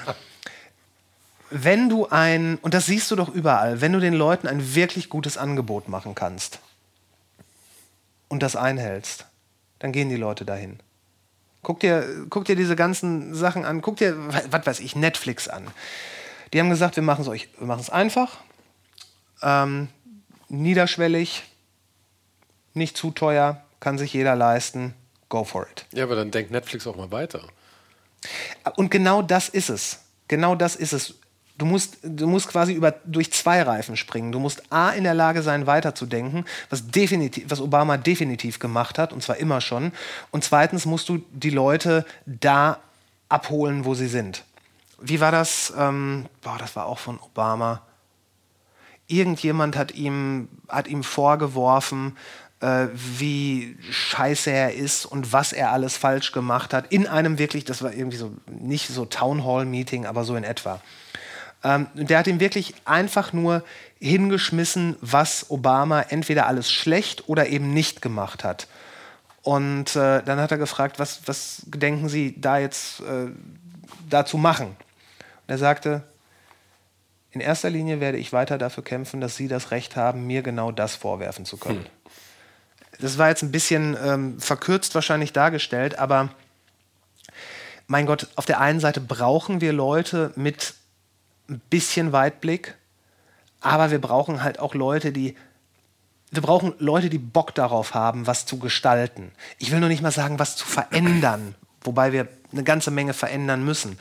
Wenn du ein, und das siehst du doch überall, wenn du den Leuten ein wirklich gutes Angebot machen kannst und das einhältst, dann gehen die Leute dahin. Guck dir, guck dir diese ganzen Sachen an, guck dir, was weiß ich, Netflix an. Die haben gesagt, wir machen es euch, wir machen es einfach, ähm, niederschwellig, nicht zu teuer, kann sich jeder leisten, go for it. Ja, aber dann denkt Netflix auch mal weiter. Und genau das ist es. Genau das ist es. Du musst, du musst quasi über, durch zwei Reifen springen. Du musst A, in der Lage sein, weiterzudenken, was, definitiv, was Obama definitiv gemacht hat, und zwar immer schon. Und zweitens musst du die Leute da abholen, wo sie sind. Wie war das? Ähm, boah, das war auch von Obama. Irgendjemand hat ihm, hat ihm vorgeworfen, äh, wie scheiße er ist und was er alles falsch gemacht hat. In einem wirklich, das war irgendwie so, nicht so Townhall-Meeting, aber so in etwa. Ähm, der hat ihm wirklich einfach nur hingeschmissen, was Obama entweder alles schlecht oder eben nicht gemacht hat. Und äh, dann hat er gefragt, was, was gedenken Sie da jetzt äh, dazu machen? Und er sagte, in erster Linie werde ich weiter dafür kämpfen, dass Sie das Recht haben, mir genau das vorwerfen zu können. Hm. Das war jetzt ein bisschen ähm, verkürzt wahrscheinlich dargestellt, aber mein Gott, auf der einen Seite brauchen wir Leute mit ein bisschen Weitblick, aber wir brauchen halt auch Leute, die wir brauchen Leute, die Bock darauf haben, was zu gestalten. Ich will noch nicht mal sagen, was zu verändern, wobei wir eine ganze Menge verändern müssen.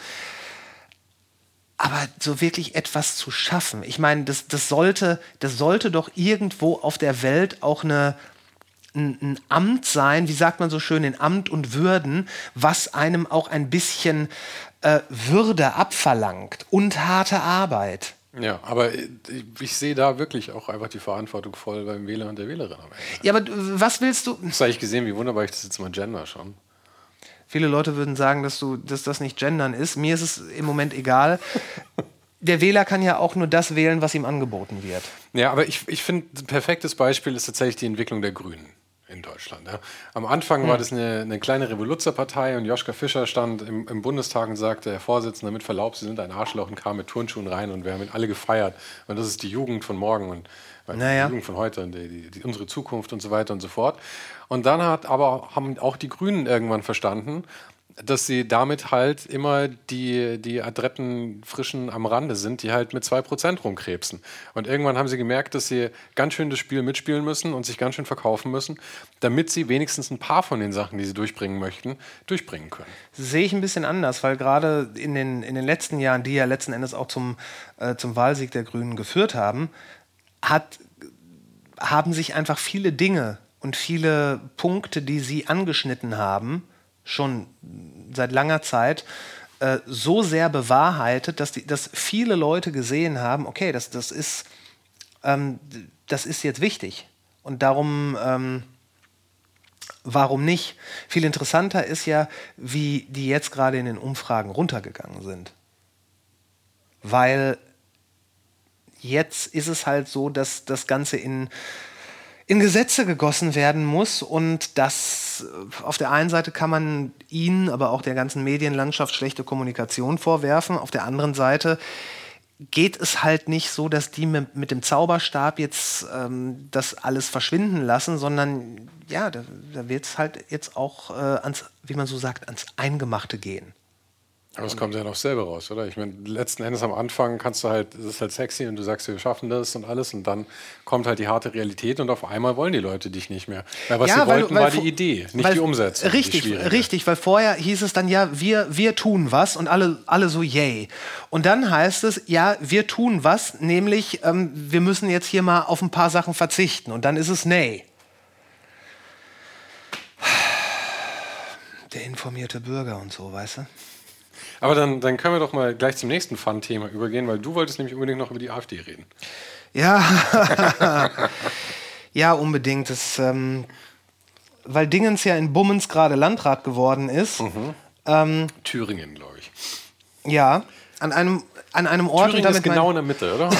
Aber so wirklich etwas zu schaffen. Ich meine, das, das, sollte, das sollte doch irgendwo auf der Welt auch eine, ein, ein Amt sein, wie sagt man so schön, in Amt und Würden, was einem auch ein bisschen äh, Würde abverlangt und harte Arbeit. Ja, aber ich, ich sehe da wirklich auch einfach die Verantwortung voll beim Wähler und der Wählerin am Ende. Ja, aber was willst du? Das habe ich gesehen, wie wunderbar ich das jetzt mal gender schon. Viele Leute würden sagen, dass, du, dass das nicht gendern ist. Mir ist es im Moment egal. Der Wähler kann ja auch nur das wählen, was ihm angeboten wird. Ja, aber ich, ich finde, ein perfektes Beispiel ist tatsächlich die Entwicklung der Grünen in Deutschland. Ja. Am Anfang hm. war das eine, eine kleine Revoluzerpartei und Joschka Fischer stand im, im Bundestag und sagte, Herr Vorsitzender, mit Verlaub, Sie sind ein Arschloch, und kam mit Turnschuhen rein und wir haben ihn alle gefeiert. Und das ist die Jugend von morgen und naja. die Jugend von heute und die, die, die, unsere Zukunft und so weiter und so fort. Und dann hat aber, haben auch die Grünen irgendwann verstanden, dass sie damit halt immer die, die adretten Frischen am Rande sind, die halt mit zwei Prozent rumkrebsen. Und irgendwann haben sie gemerkt, dass sie ganz schön das Spiel mitspielen müssen und sich ganz schön verkaufen müssen, damit sie wenigstens ein paar von den Sachen, die sie durchbringen möchten, durchbringen können. Das sehe ich ein bisschen anders, weil gerade in den, in den letzten Jahren, die ja letzten Endes auch zum, äh, zum Wahlsieg der Grünen geführt haben, hat, haben sich einfach viele Dinge und viele Punkte, die sie angeschnitten haben, schon seit langer Zeit äh, so sehr bewahrheitet, dass, die, dass viele Leute gesehen haben, okay, das, das, ist, ähm, das ist jetzt wichtig. Und darum, ähm, warum nicht? Viel interessanter ist ja, wie die jetzt gerade in den Umfragen runtergegangen sind. Weil jetzt ist es halt so, dass das Ganze in in Gesetze gegossen werden muss, und das auf der einen Seite kann man ihnen, aber auch der ganzen Medienlandschaft schlechte Kommunikation vorwerfen. Auf der anderen Seite geht es halt nicht so, dass die mit, mit dem Zauberstab jetzt ähm, das alles verschwinden lassen, sondern ja, da, da wird es halt jetzt auch äh, ans, wie man so sagt, ans Eingemachte gehen. Aber es kommt ja noch selber raus, oder? Ich meine, letzten Endes am Anfang kannst du halt, es ist halt sexy und du sagst, wir schaffen das und alles, und dann kommt halt die harte Realität und auf einmal wollen die Leute dich nicht mehr. Weil was ja, sie weil, wollten, weil, war die Idee, nicht weil, die Umsetzung. Richtig, die richtig, weil vorher hieß es dann, ja, wir, wir tun was, und alle, alle so, yay. Und dann heißt es, ja, wir tun was, nämlich ähm, wir müssen jetzt hier mal auf ein paar Sachen verzichten, und dann ist es nee. Der informierte Bürger und so, weißt du? Aber dann, dann können wir doch mal gleich zum nächsten Fun-Thema übergehen, weil du wolltest nämlich unbedingt noch über die AfD reden. Ja, ja, unbedingt. Das, ähm, weil Dingens ja in Bummens gerade Landrat geworden ist. Mhm. Ähm, Thüringen, glaube ich. Ja, an einem, an einem Ort. Thüringen und damit ist genau in der Mitte, oder?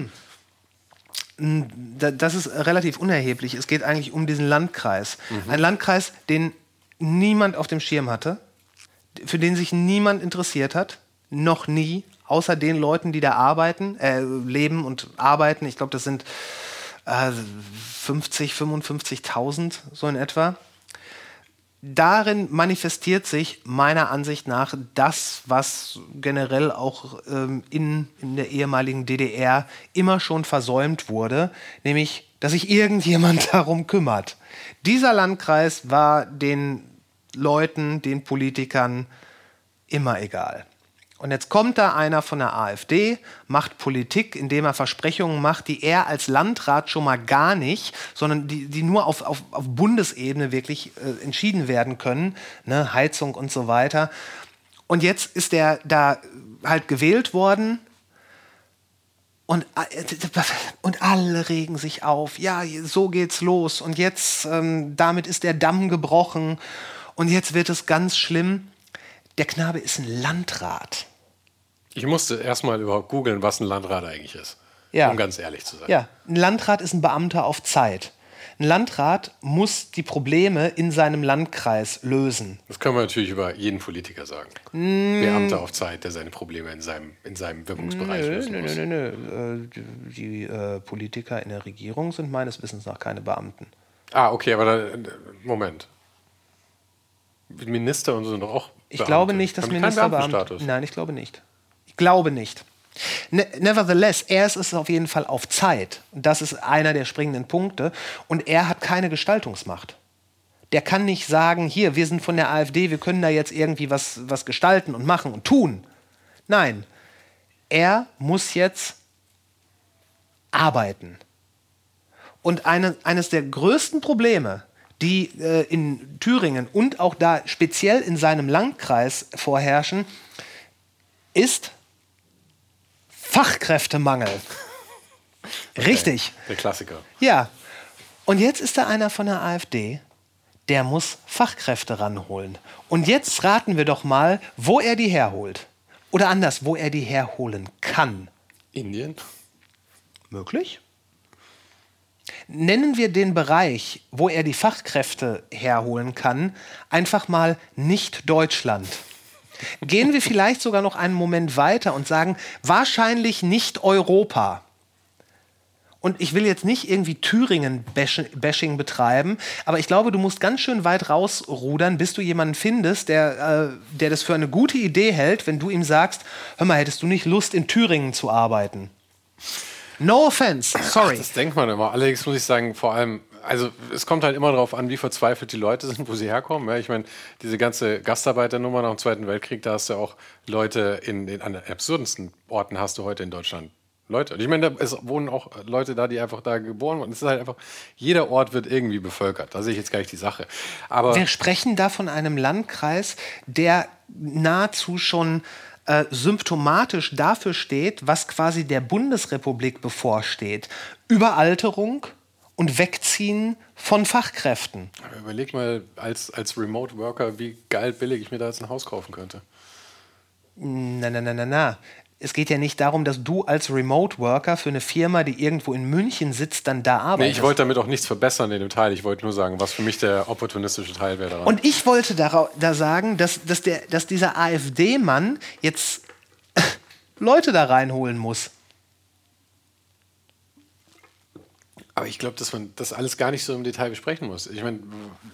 Das ist relativ unerheblich. Es geht eigentlich um diesen Landkreis. Mhm. Ein Landkreis, den niemand auf dem Schirm hatte, für den sich niemand interessiert hat, noch nie, außer den Leuten, die da arbeiten, äh, leben und arbeiten. Ich glaube, das sind äh, fünfzig, fünfundfünfzigtausend, so in etwa. Darin manifestiert sich meiner Ansicht nach das, was generell auch ähm, in, in der ehemaligen D D R immer schon versäumt wurde, nämlich, dass sich irgendjemand darum kümmert. Dieser Landkreis war den Leuten, den Politikern immer egal. Und jetzt kommt da einer von der AfD, macht Politik, indem er Versprechungen macht, die er als Landrat schon mal gar nicht, sondern die, die nur auf, auf, auf Bundesebene wirklich äh, entschieden werden können, ne? Heizung und so weiter. Und jetzt ist er da halt gewählt worden und, und alle regen sich auf. Ja, so geht's los und jetzt, ähm, damit ist der Damm gebrochen und jetzt wird es ganz schlimm. Der Knabe ist ein Landrat. Ich musste erstmal überhaupt googeln, was ein Landrat eigentlich ist. Ja. Um ganz ehrlich zu sein. Ja, ein Landrat ist ein Beamter auf Zeit. Ein Landrat muss die Probleme in seinem Landkreis lösen. Das können wir natürlich über jeden Politiker sagen. Mm. Beamter auf Zeit, der seine Probleme in seinem, in seinem Wirkungsbereich nö, lösen nö, muss. Nö, nö, nö. Die, die äh, Politiker in der Regierung sind meines Wissens nach keine Beamten. Ah, okay, aber dann, Moment. Minister und so sind doch auch Beamte. Ich glaube nicht, dass Haben die Minister keinen Beamte... Beamtenstatus? Nein, ich glaube nicht. Ich glaube nicht. Ne- nevertheless, er ist es auf jeden Fall auf Zeit. Und das ist einer der springenden Punkte. Und er hat keine Gestaltungsmacht. Der kann nicht sagen, hier, wir sind von der AfD, wir können da jetzt irgendwie was, was gestalten und machen und tun. Nein, er muss jetzt arbeiten. Und eine, eines der größten Probleme, die äh, in Thüringen und auch da speziell in seinem Landkreis vorherrschen, ist Fachkräftemangel. Okay, Richtig. der Klassiker. Ja. Und jetzt ist da einer von der AfD, der muss Fachkräfte ranholen. Und jetzt raten wir doch mal, wo er die herholt. Oder anders, wo er die herholen kann. Indien? Möglich? Nennen wir den Bereich, wo er die Fachkräfte herholen kann, einfach mal nicht Deutschland. Gehen wir vielleicht sogar noch einen Moment weiter und sagen, wahrscheinlich nicht Europa. Und ich will jetzt nicht irgendwie Thüringen-Bashing betreiben, aber ich glaube, du musst ganz schön weit rausrudern, bis du jemanden findest, der, äh, der das für eine gute Idee hält, wenn du ihm sagst, hör mal, hättest du nicht Lust, in Thüringen zu arbeiten? No offense, sorry. Ach, das denkt man immer. Allerdings muss ich sagen, vor allem, also es kommt halt immer darauf an, wie verzweifelt die Leute sind, wo sie herkommen. Ja, ich meine, diese ganze Gastarbeiternummer nach dem Zweiten Weltkrieg, da hast du auch Leute in, in an den absurdesten Orten hast du heute in Deutschland Leute. Und ich meine, da es wohnen auch Leute da, die einfach da geboren wurden. Es ist halt einfach, jeder Ort wird irgendwie bevölkert. Da sehe ich jetzt gar nicht die Sache. Aber wir sprechen da von einem Landkreis, der nahezu schon äh, symptomatisch dafür steht, was quasi der Bundesrepublik bevorsteht. Überalterung und Wegziehen von Fachkräften. Aber überleg mal, als, als Remote Worker, wie geil billig ich mir da jetzt ein Haus kaufen könnte. Na, na, na, na, na. Es geht ja nicht darum, dass du als Remote Worker für eine Firma, die irgendwo in München sitzt, dann da Nee, arbeitest. ich wollte damit auch nichts verbessern in dem Teil. Ich wollte nur sagen, was für mich der opportunistische Teil wäre daran. Und ich wollte da, da sagen, dass, dass, der, dass dieser AfD-Mann jetzt Leute da reinholen muss. Aber ich glaube, dass man das alles gar nicht so im Detail besprechen muss. Ich meine,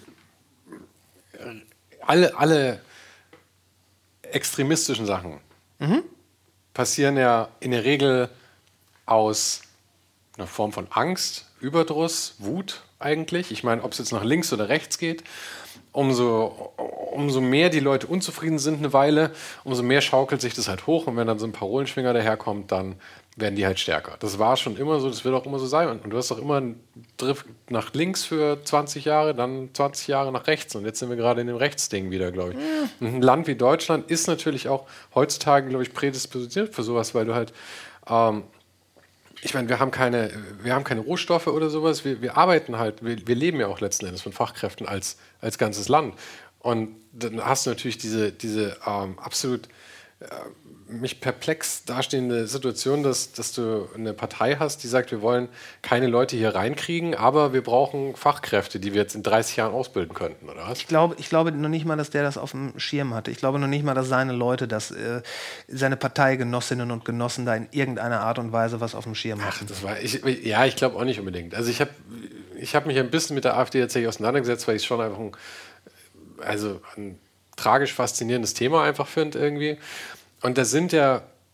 alle, alle extremistischen Sachen mhm. passieren ja in der Regel aus einer Form von Angst, Überdruss, Wut eigentlich. Ich meine, ob es jetzt nach links oder rechts geht, umso, umso mehr die Leute unzufrieden sind eine Weile, umso mehr schaukelt sich das halt hoch. Und wenn dann so ein Parolenschwinger daherkommt, dann werden die halt stärker. Das war schon immer so, das wird auch immer so sein. Und du hast doch immer einen Drift nach links für zwanzig Jahre, dann zwanzig Jahre nach rechts. Und jetzt sind wir gerade in dem Rechtsding wieder, glaube ich. Mhm. Und ein Land wie Deutschland ist natürlich auch heutzutage, glaube ich, prädispositioniert für sowas, weil du halt, ähm, ich meine, wir haben keine, wir haben keine Rohstoffe oder sowas. Wir, wir arbeiten halt, wir, wir leben ja auch letzten Endes von Fachkräften als, als ganzes Land. Und dann hast du natürlich diese, diese ähm, absolut äh, mich perplex dastehende Situation, dass, dass du eine Partei hast, die sagt, wir wollen keine Leute hier reinkriegen, aber wir brauchen Fachkräfte, die wir jetzt in dreißig Jahren ausbilden könnten, oder was? Ich glaube, ich glaube noch nicht mal, dass der das auf dem Schirm hatte. Ich glaube noch nicht mal, dass seine Leute, dass äh, seine Parteigenossinnen und Genossen da in irgendeiner Art und Weise was auf dem Schirm hatten. Ach, das war, ich, ja, ich glaube auch nicht unbedingt. Also ich habe ich hab mich ein bisschen mit der AfD tatsächlich auseinandergesetzt, weil ich es schon einfach ein, also ein tragisch faszinierendes Thema einfach finde irgendwie. Und da sind ja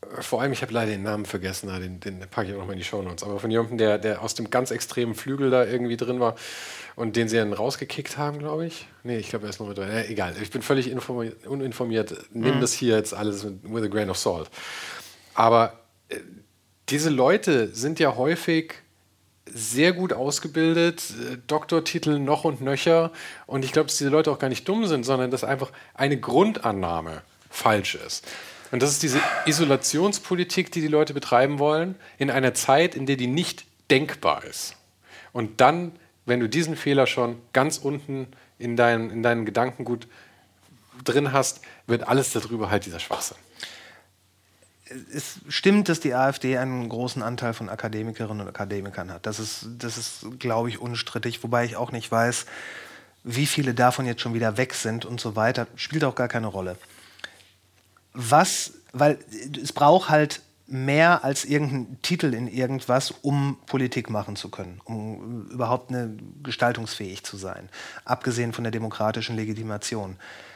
vor allem, ich habe leider den Namen vergessen, den, den packe ich auch noch mal in die Shownotes, aber von jemandem, der, der aus dem ganz extremen Flügel da irgendwie drin war und den sie dann rausgekickt haben, glaube ich. Nee, ich glaube, er ist noch mit drin. Äh, egal, ich bin völlig informiert, uninformiert. Nimm mhm. das hier jetzt alles mit, with a grain of salt. Aber äh, diese Leute sind ja häufig sehr gut ausgebildet, äh, Doktortitel noch und nöcher. Und ich glaube, dass diese Leute auch gar nicht dumm sind, sondern dass einfach eine Grundannahme falsch ist. Und das ist diese Isolationspolitik, die die Leute betreiben wollen, in einer Zeit, in der die nicht denkbar ist. Und dann, wenn du diesen Fehler schon ganz unten in, dein, in deinen Gedankengut drin hast, wird alles darüber halt dieser Schwachsinn. Es stimmt, dass die AfD einen großen Anteil von Akademikerinnen und Akademikern hat. Das ist, das ist, glaube ich, unstrittig. Wobei ich auch nicht weiß, wie viele davon jetzt schon wieder weg sind und so weiter. Spielt auch gar keine Rolle. Was, weil es braucht halt mehr als irgendeinen Titel in irgendwas, um Politik machen zu können, um überhaupt eine gestaltungsfähig zu sein, abgesehen von der demokratischen Legitimation.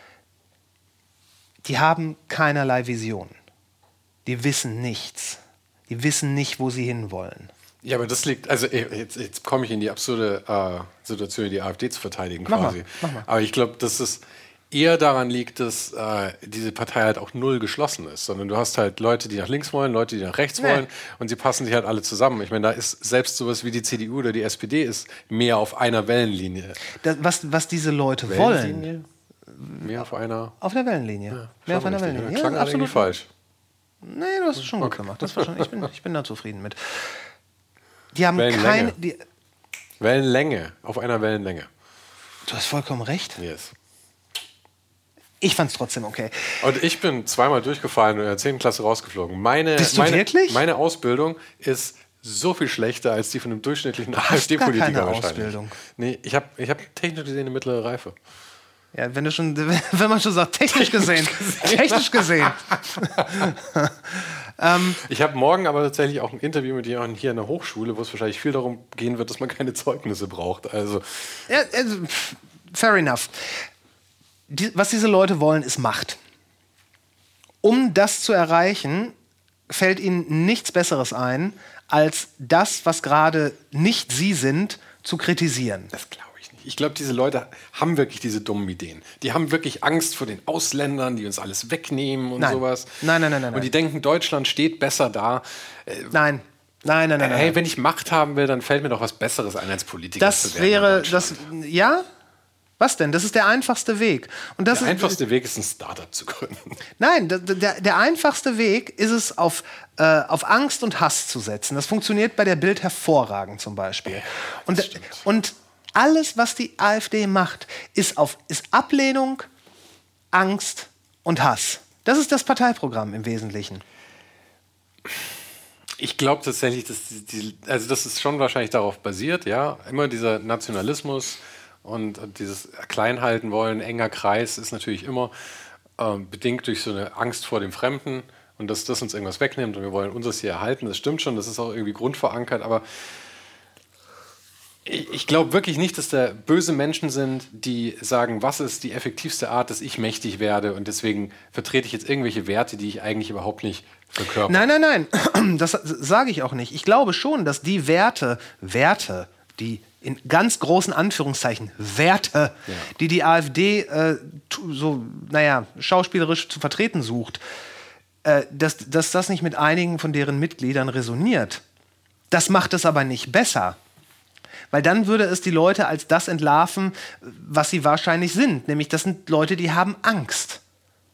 Die haben keinerlei Vision. Die wissen nichts. Die wissen nicht, wo sie hinwollen. Ja, aber das liegt, also jetzt, jetzt komme ich in die absurde äh, Situation, die AfD zu verteidigen mach quasi. Mal, mach mal. Aber ich glaube, dass es eher daran liegt, dass äh, diese Partei halt auch null geschlossen ist, sondern du hast halt Leute, die nach links wollen, Leute, die nach rechts nee. wollen und sie passen sich halt alle zusammen. Ich meine, da ist selbst sowas wie die C D U oder die S P D ist mehr auf einer Wellenlinie. Das, was, was diese Leute Wellenlinie? wollen. Mehr auf einer... Auf der Wellenlinie. Ja, mehr auf einer richtig. Wellenlinie. Ja, klang ja, absolut falsch. Nee, du hast es schon okay. gut gemacht. Das war schon, ich, bin, ich bin da zufrieden mit. Die haben Wellenlänge. keine... Die, Wellenlänge. Auf einer Wellenlänge. Du hast vollkommen recht. Yes. Ich fand's trotzdem okay. Und ich bin zweimal durchgefallen und in der zehnten Klasse rausgeflogen. Meine, Bist du meine, wirklich? Meine Ausbildung ist so viel schlechter als die von einem durchschnittlichen AfD-Politiker wahrscheinlich. Ausbildung. Nee, ich habe ich hab technisch gesehen eine mittlere Reife. Ja, wenn du schon, wenn man schon sagt, technisch gesehen. technisch gesehen. ähm, ich habe morgen aber tatsächlich auch ein Interview mit jemandem hier in der Hochschule, wo es wahrscheinlich viel darum gehen wird, dass man keine Zeugnisse braucht. Also, ja, also fair enough. Die, was diese Leute wollen, ist Macht. Um das zu erreichen, fällt ihnen nichts Besseres ein, als das, was gerade nicht sie sind, zu kritisieren. Das glaube ich nicht. Ich glaube, diese Leute haben wirklich diese dummen Ideen. Die haben wirklich Angst vor den Ausländern, die uns alles wegnehmen und nein. sowas. Nein, nein, nein, nein. Und die denken, Deutschland steht besser da. Nein. Nein, nein, nein. Hey, nein. wenn ich Macht haben will, dann fällt mir doch was Besseres ein, als Politiker das zu werden. Wäre, das wäre, ja? Was denn? Das ist der einfachste Weg. Und das der ist, einfachste Weg ist, ein Startup zu gründen. Nein, der, der, der einfachste Weg ist es, auf, äh, auf Angst und Hass zu setzen. Das funktioniert bei der Bild hervorragend zum Beispiel. Ja, und, und alles, was die AfD macht, ist, auf, ist Ablehnung, Angst und Hass. Das ist das Parteiprogramm im Wesentlichen. Ich glaube tatsächlich, dass die, also das ist schon wahrscheinlich darauf basiert, ja, immer dieser Nationalismus und, und dieses Kleinhalten wollen, enger Kreis ist natürlich immer äh, bedingt durch so eine Angst vor dem Fremden und dass das uns irgendwas wegnimmt und wir wollen unseres hier erhalten. Das stimmt schon, das ist auch irgendwie grundverankert, aber ich, ich glaube wirklich nicht, dass da böse Menschen sind, die sagen, was ist die effektivste Art, dass ich mächtig werde und deswegen vertrete ich jetzt irgendwelche Werte, die ich eigentlich überhaupt nicht verkörper. Nein, nein, nein, das sage ich auch nicht. Ich glaube schon, dass die Werte, Werte, die in ganz großen Anführungszeichen Werte, ja. die die AfD äh, so, naja, schauspielerisch zu vertreten sucht, äh, dass, dass das nicht mit einigen von deren Mitgliedern resoniert. Das macht es aber nicht besser. Weil dann würde es die Leute als das entlarven, was sie wahrscheinlich sind. Nämlich, das sind Leute, die haben Angst.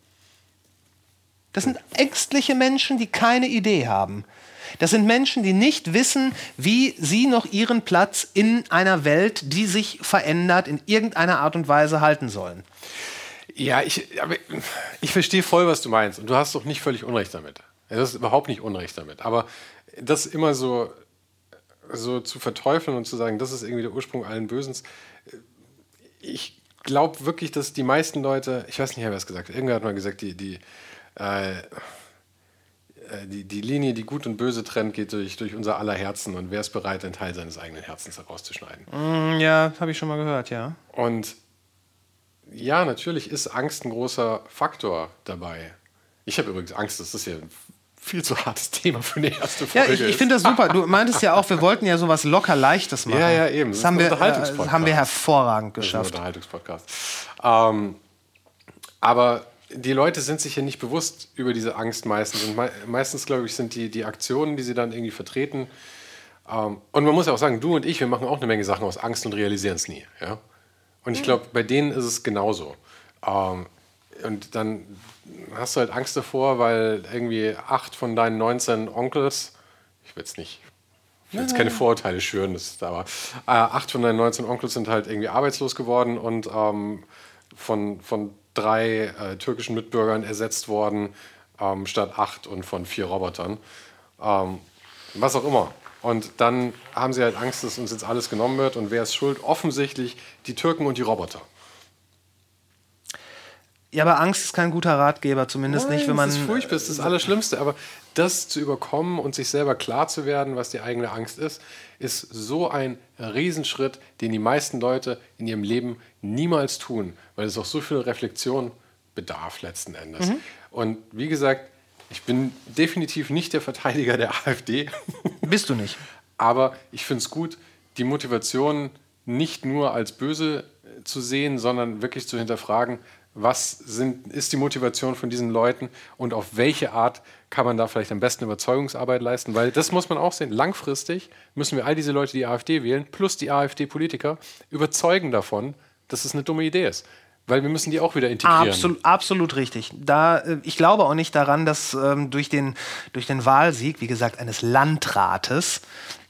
Das sind ängstliche Menschen, die keine Idee haben. Das sind Menschen, die nicht wissen, wie sie noch ihren Platz in einer Welt, die sich verändert, in irgendeiner Art und Weise halten sollen. Ja, ich, aber ich verstehe voll, was du meinst. Und du hast doch nicht völlig Unrecht damit. Das ist überhaupt nicht Unrecht damit. Aber das immer so, so zu verteufeln und zu sagen, das ist irgendwie der Ursprung allen Bösens. Ich glaube wirklich, dass die meisten Leute, ich weiß nicht, wer es gesagt hat, irgendwer hat mal gesagt, die, die äh, Die, die Linie, die Gut und Böse trennt, geht durch, durch unser aller Herzen. Und wer ist bereit, einen Teil seines eigenen Herzens herauszuschneiden? Mm, ja, habe ich schon mal gehört, ja. Und ja, natürlich ist Angst ein großer Faktor dabei. Ich habe übrigens Angst, das ist ja viel zu hartes Thema für eine erste Ja, Folge ich, ich finde das super. Du meintest ja auch, wir wollten ja sowas locker Leichtes machen. Ja, ja, eben. Das, Das haben, ist ein wir, äh, Unterhaltungspodcast. haben wir hervorragend Das ist geschafft. ein Unterhaltungspodcast. Ähm, aber die Leute sind sich ja nicht bewusst über diese Angst meistens. Und me meistens, glaube ich, sind die, die Aktionen, die sie dann irgendwie vertreten. Ähm, und man muss ja auch sagen, du und ich, wir machen auch eine Menge Sachen aus Angst und realisieren es nie. Ja? Und ich glaube, bei denen ist es genauso. Ähm, und dann hast du halt Angst davor, weil irgendwie acht von deinen neunzehn Onkels, ich will jetzt nicht, ich will jetzt keine Vorurteile schüren, das ist aber äh, acht von deinen neunzehn Onkels sind halt irgendwie arbeitslos geworden und ähm, von, von drei äh, türkischen Mitbürgern ersetzt worden, ähm, statt acht und von vier Robotern. Ähm, was auch immer. Und dann haben sie halt Angst, dass uns jetzt alles genommen wird. Und wer ist schuld? Offensichtlich die Türken und die Roboter. Ja, aber Angst ist kein guter Ratgeber, zumindest Nein, nicht, wenn man... das ist furchtbar, das ist das Allerschlimmste. Aber das zu überkommen und sich selber klar zu werden, was die eigene Angst ist, ist so ein Riesenschritt, den die meisten Leute in ihrem Leben niemals tun, weil es auch so viel Reflexion bedarf letzten Endes. Mhm. Und wie gesagt, ich bin definitiv nicht der Verteidiger der AfD. Bist du nicht. Aber ich finde es gut, die Motivation nicht nur als böse zu sehen, sondern wirklich zu hinterfragen, was sind, ist die Motivation von diesen Leuten und auf welche Art kann man da vielleicht am besten Überzeugungsarbeit leisten? Weil das muss man auch sehen, langfristig müssen wir all diese Leute, die AfD wählen, plus die AfD-Politiker, überzeugen davon, dass es eine dumme Idee ist. Weil wir müssen die auch wieder integrieren. Absolut, absolut richtig. Da, ich glaube auch nicht daran, dass ähm, durch, den, durch den Wahlsieg, wie gesagt, eines Landrates,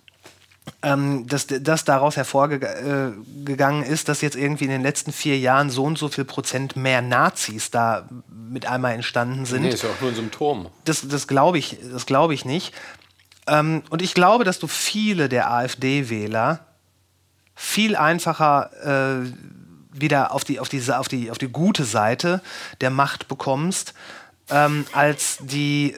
ähm, dass das daraus hervorgegangen äh, ist, dass jetzt irgendwie in den letzten vier Jahren so und so viel Prozent mehr Nazis da mit einmal entstanden sind. Nee, ist ja auch nur ein Symptom. Das, das glaube ich, das glaube ich nicht. Ähm, und ich glaube, dass du viele der AfD-Wähler viel einfacher äh, wieder auf die, auf, die, auf, die, auf die gute Seite der Macht bekommst, ähm, als die...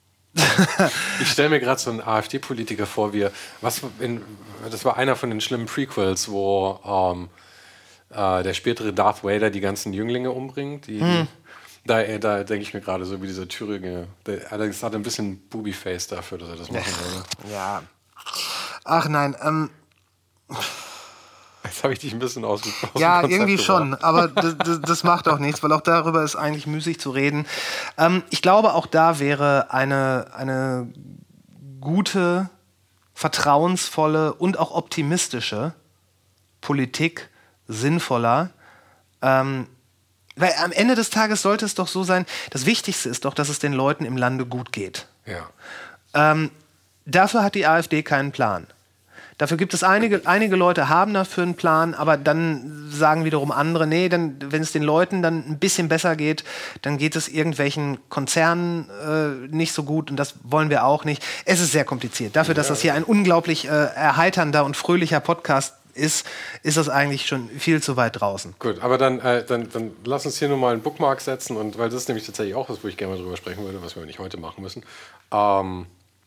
Ich stelle mir gerade so einen AfD-Politiker vor, wie er, was in, das war einer von den schlimmen Prequels, wo ähm, äh, der spätere Darth Vader die ganzen Jünglinge umbringt. Die, hm. die, da da denke ich mir gerade so wie dieser Thüringer. Der allerdings hat ein bisschen Booby-Face dafür, dass er das machen würde. Ja. Ach nein, ähm... Jetzt habe ich dich ein bisschen aus, aus Ja, dem Konzept irgendwie gebracht. schon, aber das, das, das macht auch nichts, weil auch darüber ist eigentlich müßig zu reden. Ähm, ich glaube, auch da wäre eine, eine gute, vertrauensvolle und auch optimistische Politik sinnvoller. Ähm, weil am Ende des Tages sollte es doch so sein, das Wichtigste ist doch, dass es den Leuten im Lande gut geht. Ja. Ähm, dafür hat die AfD keinen Plan. Dafür gibt es einige, einige Leute haben dafür einen Plan, aber dann sagen wiederum andere, nee, dann, wenn es den Leuten dann ein bisschen besser geht, dann geht es irgendwelchen Konzernen äh, nicht so gut und das wollen wir auch nicht. Es ist sehr kompliziert. Dafür, dass das hier ein unglaublich äh, erheiternder und fröhlicher Podcast ist, ist das eigentlich schon viel zu weit draußen. Gut, aber dann, äh, dann, dann lass uns hier nur mal einen Bookmark setzen, und weil das ist nämlich tatsächlich auch was, wo ich gerne mal drüber sprechen würde, was wir nicht heute machen müssen. Ähm,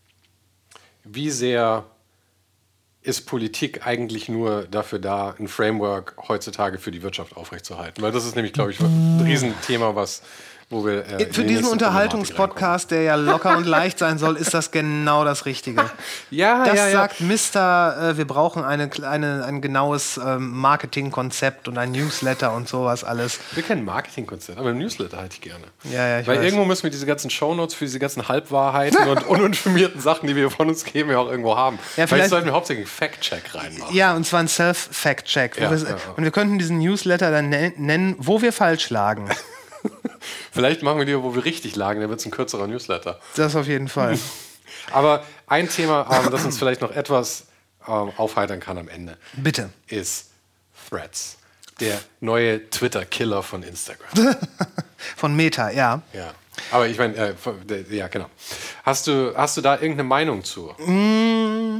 wie sehr ist Politik eigentlich nur dafür da, ein Framework heutzutage für die Wirtschaft aufrechtzuerhalten? Weil das ist nämlich, glaube ich, ein Riesenthema, was, wo wir äh, Für diesen Unterhaltungspodcast, der ja locker und leicht sein soll, ist das genau das Richtige. Ja, das ja, ja. sagt Mister Äh, wir brauchen eine, eine, ein genaues ähm, Marketingkonzept und ein Newsletter und sowas alles. Wir kennen Marketingkonzept, aber ein Newsletter hätte ich gerne. Ja, ja, ich Weil weiß. irgendwo müssen wir diese ganzen Shownotes für diese ganzen Halbwahrheiten und uninformierten Sachen, die wir von uns geben, ja auch irgendwo haben. Ja, vielleicht vielleicht sollten wir hauptsächlich einen Fact-Check reinmachen. Ja, und zwar ein Self-Fact-Check. Ja, wir, ja, ja. Und wir könnten diesen Newsletter dann ne- nennen, wo wir falsch lagen. Vielleicht machen wir die, wo wir richtig lagen, dann wird es ein kürzerer Newsletter. Das auf jeden Fall. Aber ein Thema, ähm, das uns vielleicht noch etwas ähm, aufheitern kann am Ende, Bitte. ist Threads. Der neue Twitter-Killer von Instagram. Von Meta, ja. Ja. Aber ich meine, äh, von- der- ja, genau. Hast du, hast du da irgendeine Meinung zu?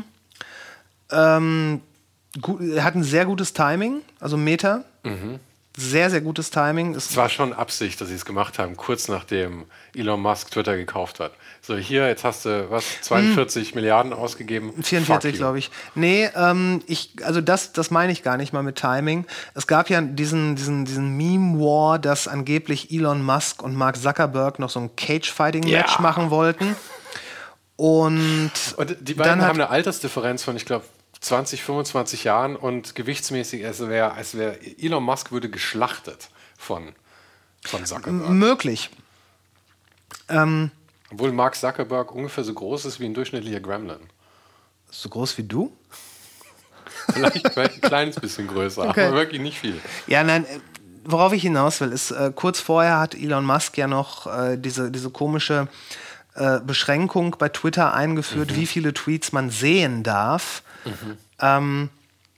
Ähm, gut, er hat ein sehr gutes Timing, also Meta. Mhm. sehr, sehr gutes Timing. Es war schon Absicht, dass sie es gemacht haben, kurz nachdem Elon Musk Twitter gekauft hat. So, hier, jetzt hast du, was, zweiundvierzig hm. Milliarden ausgegeben? vierundvierzig, glaube ich. Nee, ähm, ich, also das, das meine ich gar nicht mal mit Timing. Es gab ja diesen, diesen, diesen Meme-War, dass angeblich Elon Musk und Mark Zuckerberg noch so ein Cage-Fighting-Match ja. machen wollten. Und, und die beiden haben eine Altersdifferenz von, ich glaube, zwanzig, fünfundzwanzig Jahren und gewichtsmäßig, es wäre, als wäre Elon Musk würde geschlachtet von, von Zuckerberg. Möglich. Ähm, Obwohl Mark Zuckerberg ungefähr so groß ist wie ein durchschnittlicher Gremlin. So groß wie du? vielleicht, vielleicht ein kleines bisschen größer, okay. aber wirklich nicht viel. Ja, nein, worauf ich hinaus will, ist, äh, kurz vorher hat Elon Musk ja noch äh, diese, diese komische äh, Beschränkung bei Twitter eingeführt, mhm. wie viele Tweets man sehen darf. Mhm. Ähm,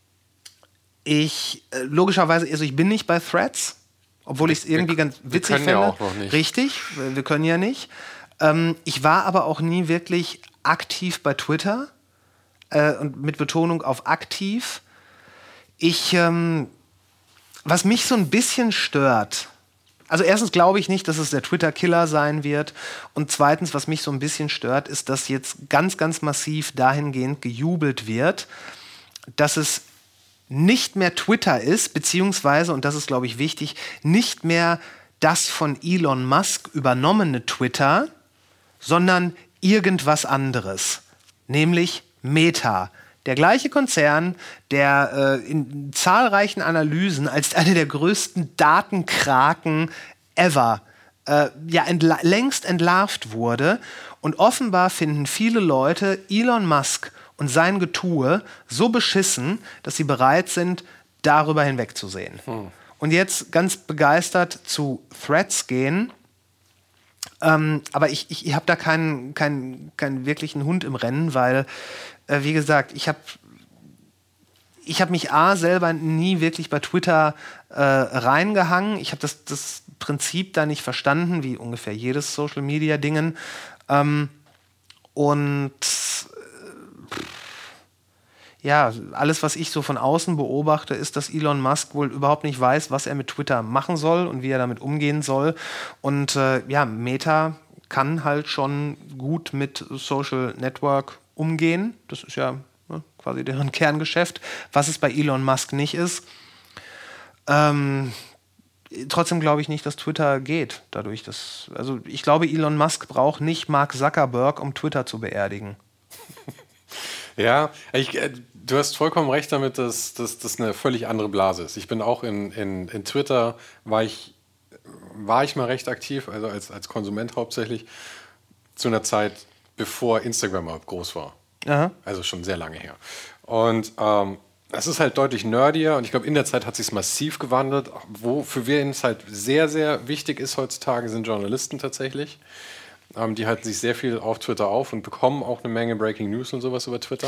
ich, äh, logischerweise, also ich bin nicht bei Threads, obwohl ich es irgendwie wir, ganz witzig wir können fände. Ja auch noch nicht. Richtig, wir können ja nicht. Ähm, ich war aber auch nie wirklich aktiv bei Twitter äh, und mit Betonung auf aktiv. Ich, ähm, was mich so ein bisschen stört, also erstens glaube ich nicht, dass es der Twitter-Killer sein wird. Und zweitens, was mich so ein bisschen stört, ist, dass jetzt ganz, ganz massiv dahingehend gejubelt wird, dass es nicht mehr Twitter ist, beziehungsweise, und das ist, glaube ich, wichtig, nicht mehr das von Elon Musk übernommene Twitter, sondern irgendwas anderes, nämlich Meta. Der gleiche Konzern, der äh, in zahlreichen Analysen als einer der größten Datenkraken ever äh, ja, entla- längst entlarvt wurde. Und offenbar finden viele Leute Elon Musk und sein Getue so beschissen, dass sie bereit sind, darüber hinwegzusehen. Hm. Und jetzt ganz begeistert zu Threads gehen. Ähm, aber ich, ich, ich habe da keinen, keinen, keinen wirklichen Hund im Rennen, weil äh, wie gesagt, ich habe ich hab mich A, selber nie wirklich bei Twitter äh, reingehangen. Ich habe das, das Prinzip da nicht verstanden, wie ungefähr jedes Social-Media-Dingen. Ähm, und äh, ja, alles, was ich so von außen beobachte, ist, dass Elon Musk wohl überhaupt nicht weiß, was er mit Twitter machen soll und wie er damit umgehen soll. Und äh, ja, Meta kann halt schon gut mit Social Network umgehen. Das ist ja ne, quasi deren Kerngeschäft, was es bei Elon Musk nicht ist. Ähm, trotzdem glaube ich nicht, dass Twitter geht dadurch. Dass, also ich glaube, Elon Musk braucht nicht Mark Zuckerberg, um Twitter zu beerdigen. Ja, ich, äh, du hast vollkommen recht damit, dass das eine völlig andere Blase ist. Ich bin auch in, in, in Twitter, war ich, war ich mal recht aktiv, also als, als Konsument hauptsächlich, zu einer Zeit, bevor Instagram überhaupt groß war. Aha. Also schon sehr lange her. Und ähm, es ist halt deutlich nerdier und ich glaube, in der Zeit hat sich es massiv gewandelt. Wo für wen es halt sehr, sehr wichtig ist heutzutage, sind Journalisten tatsächlich. Ähm, die halten sich sehr viel auf Twitter auf und bekommen auch eine Menge Breaking News und sowas über Twitter.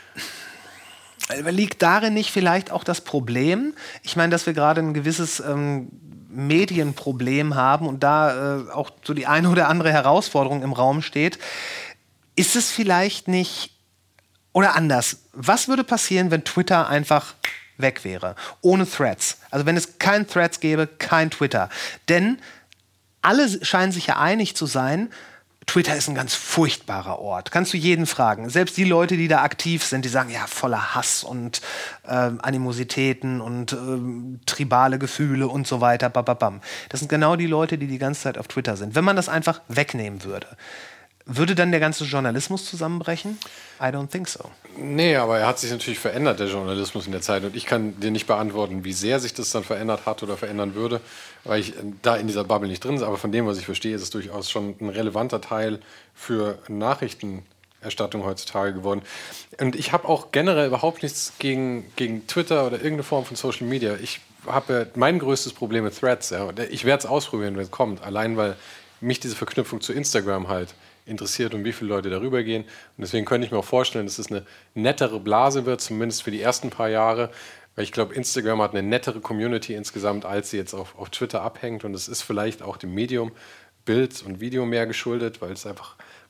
Liegt darin nicht vielleicht auch das Problem? Ich meine, dass wir gerade ein gewisses ähm, Medienproblem haben und da äh, auch so die eine oder andere Herausforderung im Raum steht. Ist es vielleicht nicht, oder anders, was würde passieren, wenn Twitter einfach weg wäre, ohne Threads? Also wenn es kein Threads gäbe, kein Twitter. Denn alle scheinen sich ja einig zu sein, Twitter ist ein ganz furchtbarer Ort. Kannst du jeden fragen. Selbst die Leute, die da aktiv sind, die sagen, ja, voller Hass und äh, Animositäten und äh, tribale Gefühle und so weiter. Bababam. Das sind genau die Leute, die die ganze Zeit auf Twitter sind. Wenn man das einfach wegnehmen würde, würde dann der ganze Journalismus zusammenbrechen? I don't think so. Nee, aber er hat sich natürlich verändert, der Journalismus in der Zeit. Und ich kann dir nicht beantworten, wie sehr sich das dann verändert hat oder verändern würde, weil ich da in dieser Bubble nicht drin bin. Aber von dem, was ich verstehe, ist es durchaus schon ein relevanter Teil für Nachrichtenerstattung heutzutage geworden. Und ich habe auch generell überhaupt nichts gegen, gegen Twitter oder irgendeine Form von Social Media. Ich habe ja mein größtes Problem mit Threads. Ja. Ich werde es ausprobieren, wenn es kommt. Allein, weil mich diese Verknüpfung zu Instagram halt interessiert und wie viele Leute darüber gehen. Und deswegen könnte ich mir auch vorstellen, dass es eine nettere Blase wird, zumindest für die ersten paar Jahre. Weil ich glaube, Instagram hat eine nettere Community insgesamt, als sie jetzt auf, auf Twitter abhängt. Und es ist vielleicht auch dem Medium Bild und Video mehr geschuldet, weil es einfach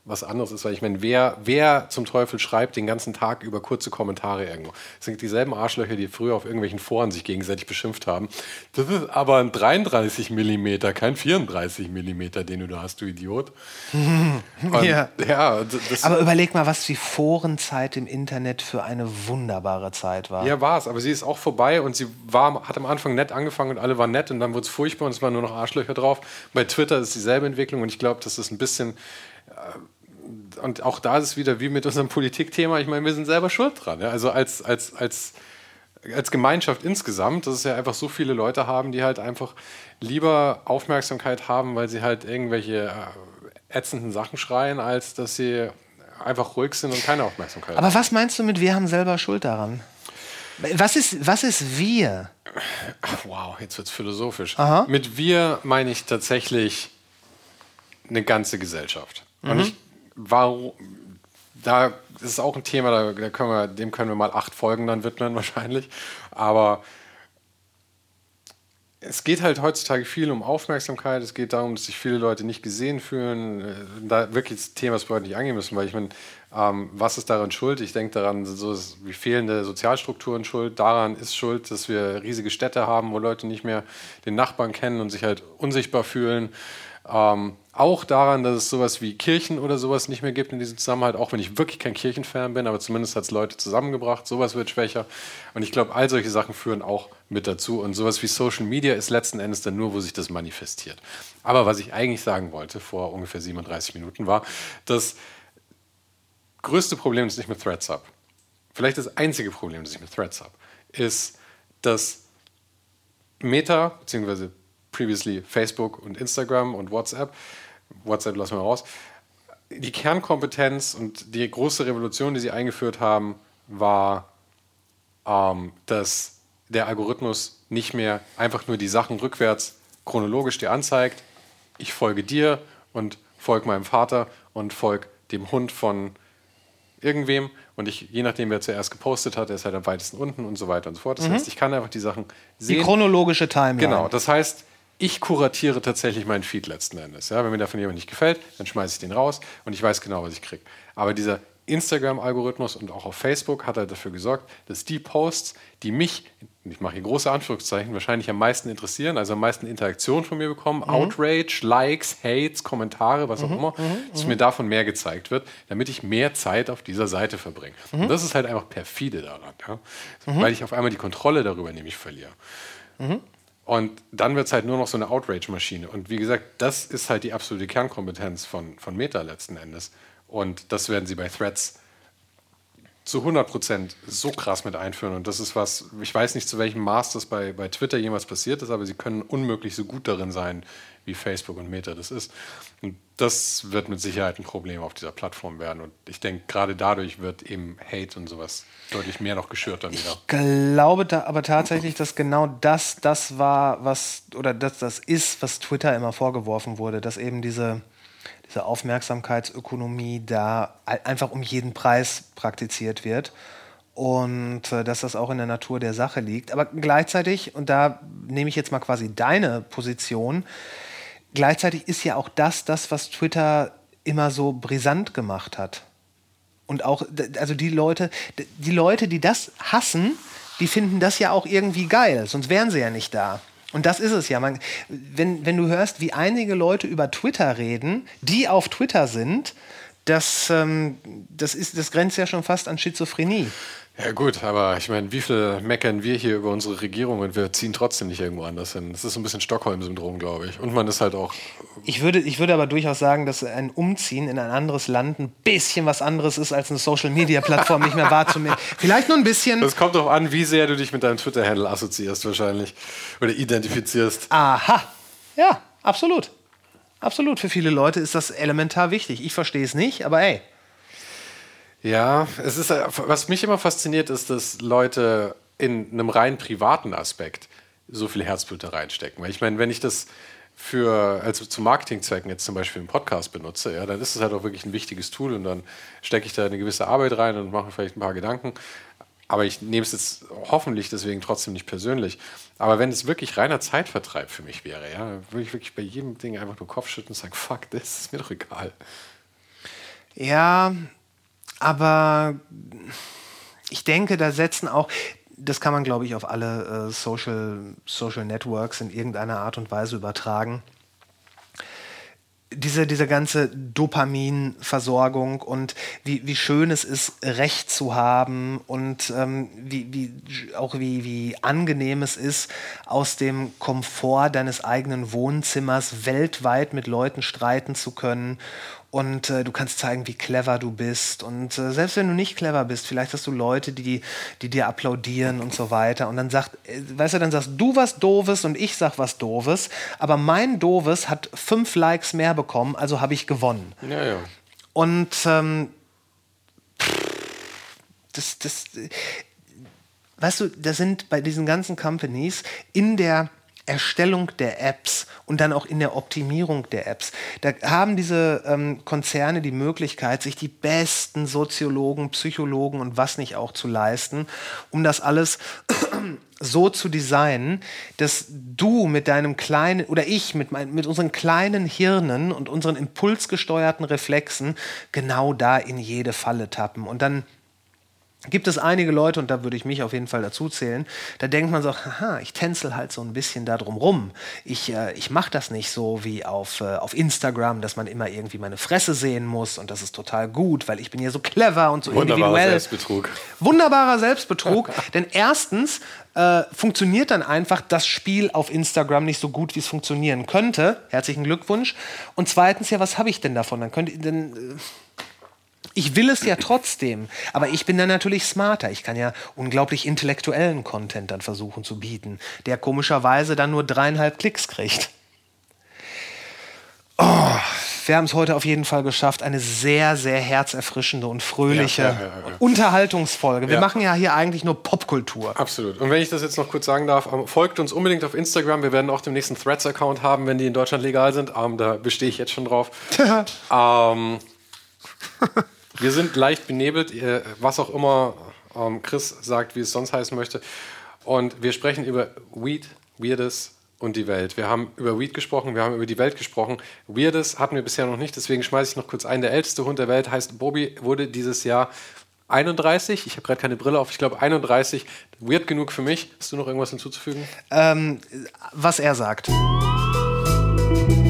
was anderes ist, weil ich meine, wer, wer zum Teufel schreibt den ganzen Tag über kurze Kommentare irgendwo? Das sind dieselben Arschlöcher, die früher auf irgendwelchen Foren sich gegenseitig beschimpft haben. Das ist aber ein dreiunddreißig Millimeter, kein vierunddreißig Millimeter, den du da hast, du Idiot. Und, ja. ja das aber überleg mal, was die Forenzeit im Internet für eine wunderbare Zeit war. Ja, war es, aber sie ist auch vorbei und sie war, hat am Anfang nett angefangen und alle waren nett und dann wurde es furchtbar und es waren nur noch Arschlöcher drauf. Bei Twitter ist dieselbe Entwicklung und ich glaube, das ist ein bisschen... Äh, und auch da ist es wieder wie mit unserem Politikthema, ich meine, wir sind selber schuld dran. Ja? Also als, als, als, als Gemeinschaft insgesamt, dass es ja einfach so viele Leute haben, die halt einfach lieber Aufmerksamkeit haben, weil sie halt irgendwelche äh, ätzenden Sachen schreien, als dass sie einfach ruhig sind und keine Aufmerksamkeit haben. Aber was meinst du mit, wir haben selber Schuld daran? Was ist, was ist wir? Ach, wow, jetzt wird es philosophisch. Aha. Mit wir meine ich tatsächlich eine ganze Gesellschaft. Mhm. Und ich Warum, da ist auch ein Thema, da, da können wir, dem können wir mal acht Folgen dann widmen wahrscheinlich, aber es geht halt heutzutage viel um Aufmerksamkeit, es geht darum, dass sich viele Leute nicht gesehen fühlen, da wirklich das Thema, das wir heute nicht angehen müssen, weil ich meine, ähm, was ist daran schuld? Ich denke daran, so ist wie fehlende Sozialstrukturen schuld, daran ist schuld, dass wir riesige Städte haben, wo Leute nicht mehr den Nachbarn kennen und sich halt unsichtbar fühlen. Ähm, auch daran, dass es sowas wie Kirchen oder sowas nicht mehr gibt in diesem Zusammenhalt, auch wenn ich wirklich kein Kirchenfan bin, aber zumindest hat es Leute zusammengebracht, sowas wird schwächer. Und ich glaube, all solche Sachen führen auch mit dazu. Und sowas wie Social Media ist letzten Endes dann nur, wo sich das manifestiert. Aber was ich eigentlich sagen wollte, vor ungefähr siebenunddreißig Minuten, war, das größte Problem, das ich mit Threads habe, vielleicht das einzige Problem, das ich mit Threads habe, ist, dass Meta, beziehungsweise previously Facebook und Instagram und WhatsApp, WhatsApp lassen wir raus, die Kernkompetenz und die große Revolution, die sie eingeführt haben, war, ähm, dass der Algorithmus nicht mehr einfach nur die Sachen rückwärts chronologisch dir anzeigt, ich folge dir und folge meinem Vater und folge dem Hund von irgendwem und ich, je nachdem, wer zuerst gepostet hat, der ist halt am weitesten unten und so weiter und so fort. Das mhm. heißt, ich kann einfach die Sachen sehen. Die chronologische Timeline. Genau, das heißt, ich kuratiere tatsächlich meinen Feed letzten Endes. Ja, wenn mir davon jemand nicht gefällt, dann schmeiße ich den raus und ich weiß genau, was ich kriege. Aber dieser Instagram-Algorithmus und auch auf Facebook hat halt dafür gesorgt, dass die Posts, die mich, ich mache hier große Anführungszeichen, wahrscheinlich am meisten interessieren, also am meisten Interaktion von mir bekommen, mhm. Outrage, Likes, Hates, Kommentare, was auch mhm. immer, mhm. dass mir davon mehr gezeigt wird, damit ich mehr Zeit auf dieser Seite verbringe. Mhm. Und das ist halt einfach perfide daran, ja? mhm. weil ich auf einmal die Kontrolle darüber nämlich verliere. Mhm. Und dann wird es halt nur noch so eine Outrage-Maschine. Und wie gesagt, das ist halt die absolute Kernkompetenz von, von Meta letzten Endes. Und das werden sie bei Threads zu hundert Prozent so krass mit einführen. Und das ist was, ich weiß nicht, zu welchem Maß das bei, bei Twitter jemals passiert ist, aber sie können unmöglich so gut darin sein, wie Facebook und Meta das ist. Und das wird mit Sicherheit ein Problem auf dieser Plattform werden. Und ich denke, gerade dadurch wird eben Hate und sowas deutlich mehr noch geschürt dann wieder. Ich glaube da aber tatsächlich, dass genau das das war, was, oder dass das ist, was Twitter immer vorgeworfen wurde, dass eben diese, diese Aufmerksamkeitsökonomie da einfach um jeden Preis praktiziert wird. Und äh, dass das auch in der Natur der Sache liegt. Aber gleichzeitig, und da nehme ich jetzt mal quasi deine Position, gleichzeitig ist ja auch das, das, was Twitter immer so brisant gemacht hat. Und auch, also die Leute, die Leute, die das hassen, die finden das ja auch irgendwie geil, sonst wären sie ja nicht da. Und das ist es ja. Man, wenn, wenn du hörst, wie einige Leute über Twitter reden, die auf Twitter sind, das, ähm, das, ist, das grenzt ja schon fast an Schizophrenie. Ja gut, aber ich meine, wie viel meckern wir hier über unsere Regierung und wir ziehen trotzdem nicht irgendwo anders hin. Das ist so ein bisschen Stockholm-Syndrom, glaube ich. Und man ist halt auch... Ich würde, ich würde aber durchaus sagen, dass ein Umziehen in ein anderes Land ein bisschen was anderes ist, als eine Social-Media-Plattform nicht mehr wahrzunehmen. Vielleicht nur ein bisschen... Das kommt darauf an, wie sehr du dich mit deinem Twitter-Handle assoziierst wahrscheinlich. Oder identifizierst. Aha, ja, absolut. Absolut, für viele Leute ist das elementar wichtig. Ich verstehe es nicht, aber ey... Ja, es ist, was mich immer fasziniert, ist, dass Leute in einem rein privaten Aspekt so viel Herzblut da reinstecken. Weil ich meine, wenn ich das für, also zu Marketingzwecken jetzt zum Beispiel einen Podcast benutze, ja, dann ist es halt auch wirklich ein wichtiges Tool und dann stecke ich da eine gewisse Arbeit rein und mache vielleicht ein paar Gedanken. Aber ich nehme es jetzt hoffentlich deswegen trotzdem nicht persönlich. Aber wenn es wirklich reiner Zeitvertreib für mich wäre, ja, würde ich wirklich bei jedem Ding einfach nur Kopf schütteln und sagen, fuck, das ist mir doch egal. Ja, aber ich denke, da setzen auch, das kann man, glaube ich, auf alle äh, Social, Social Networks in irgendeiner Art und Weise übertragen. Diese, diese ganze Dopaminversorgung und wie, wie schön es ist, Recht zu haben und ähm, wie, wie, auch wie, wie angenehm es ist, aus dem Komfort deines eigenen Wohnzimmers weltweit mit Leuten streiten zu können. Und äh, du kannst zeigen, wie clever du bist. Und äh, selbst wenn du nicht clever bist, vielleicht hast du Leute, die, die dir applaudieren und so weiter. Und dann sagt, äh, weißt du, dann sagst du was Doofes und ich sag was Doofes. Aber mein Doofes hat fünf Likes mehr bekommen, also habe ich gewonnen. Ja, ja. Und ähm, das, das, äh, weißt du, da sind bei diesen ganzen Companies in der Erstellung der Apps und dann auch in der Optimierung der Apps. Da haben diese ähm, Konzerne die Möglichkeit, sich die besten Soziologen, Psychologen und was nicht auch zu leisten, um das alles so zu designen, dass du mit deinem kleinen, oder ich mit, mein, mit unseren kleinen Hirnen und unseren impulsgesteuerten Reflexen genau da in jede Falle tappen. Und dann gibt es einige Leute, und da würde ich mich auf jeden Fall dazu zählen, da denkt man so, haha, ich tänzel halt so ein bisschen da drum rum. Ich, äh, ich mache das nicht so wie auf, äh, auf Instagram, dass man immer irgendwie meine Fresse sehen muss und das ist total gut, weil ich bin ja so clever und so Wunderbarer individuell. Selbstbetrug. Wunderbarer Selbstbetrug, denn erstens äh, funktioniert dann einfach das Spiel auf Instagram nicht so gut, wie es funktionieren könnte. Herzlichen Glückwunsch. Und zweitens, ja, was habe ich denn davon? Dann könnte ich denn... Äh, Ich will es ja trotzdem, aber ich bin dann natürlich smarter. Ich kann ja unglaublich intellektuellen Content dann versuchen zu bieten, der komischerweise dann nur dreieinhalb Klicks kriegt. Oh, wir haben es heute auf jeden Fall geschafft. Eine sehr, sehr herzerfrischende und fröhliche Ja, ja, ja, ja. Unterhaltungsfolge. Wir Ja. machen ja hier eigentlich nur Popkultur. Absolut. Und wenn ich das jetzt noch kurz sagen darf, ähm, folgt uns unbedingt auf Instagram. Wir werden auch den nächsten Threads-Account haben, wenn die in Deutschland legal sind. Ähm, da bestehe ich jetzt schon drauf. ähm, wir sind leicht benebelt, äh, was auch immer ähm, Chris sagt, wie es sonst heißen möchte. Und wir sprechen über Weed, Weirdes und die Welt. Wir haben über Weed gesprochen, wir haben über die Welt gesprochen. Weirdes hatten wir bisher noch nicht, deswegen schmeiße ich noch kurz ein. Der älteste Hund der Welt heißt Bobby, wurde dieses Jahr einunddreißig. Ich habe gerade keine Brille auf, ich glaube einunddreißig. Weird genug für mich. Hast du noch irgendwas hinzuzufügen? Ähm, was er sagt.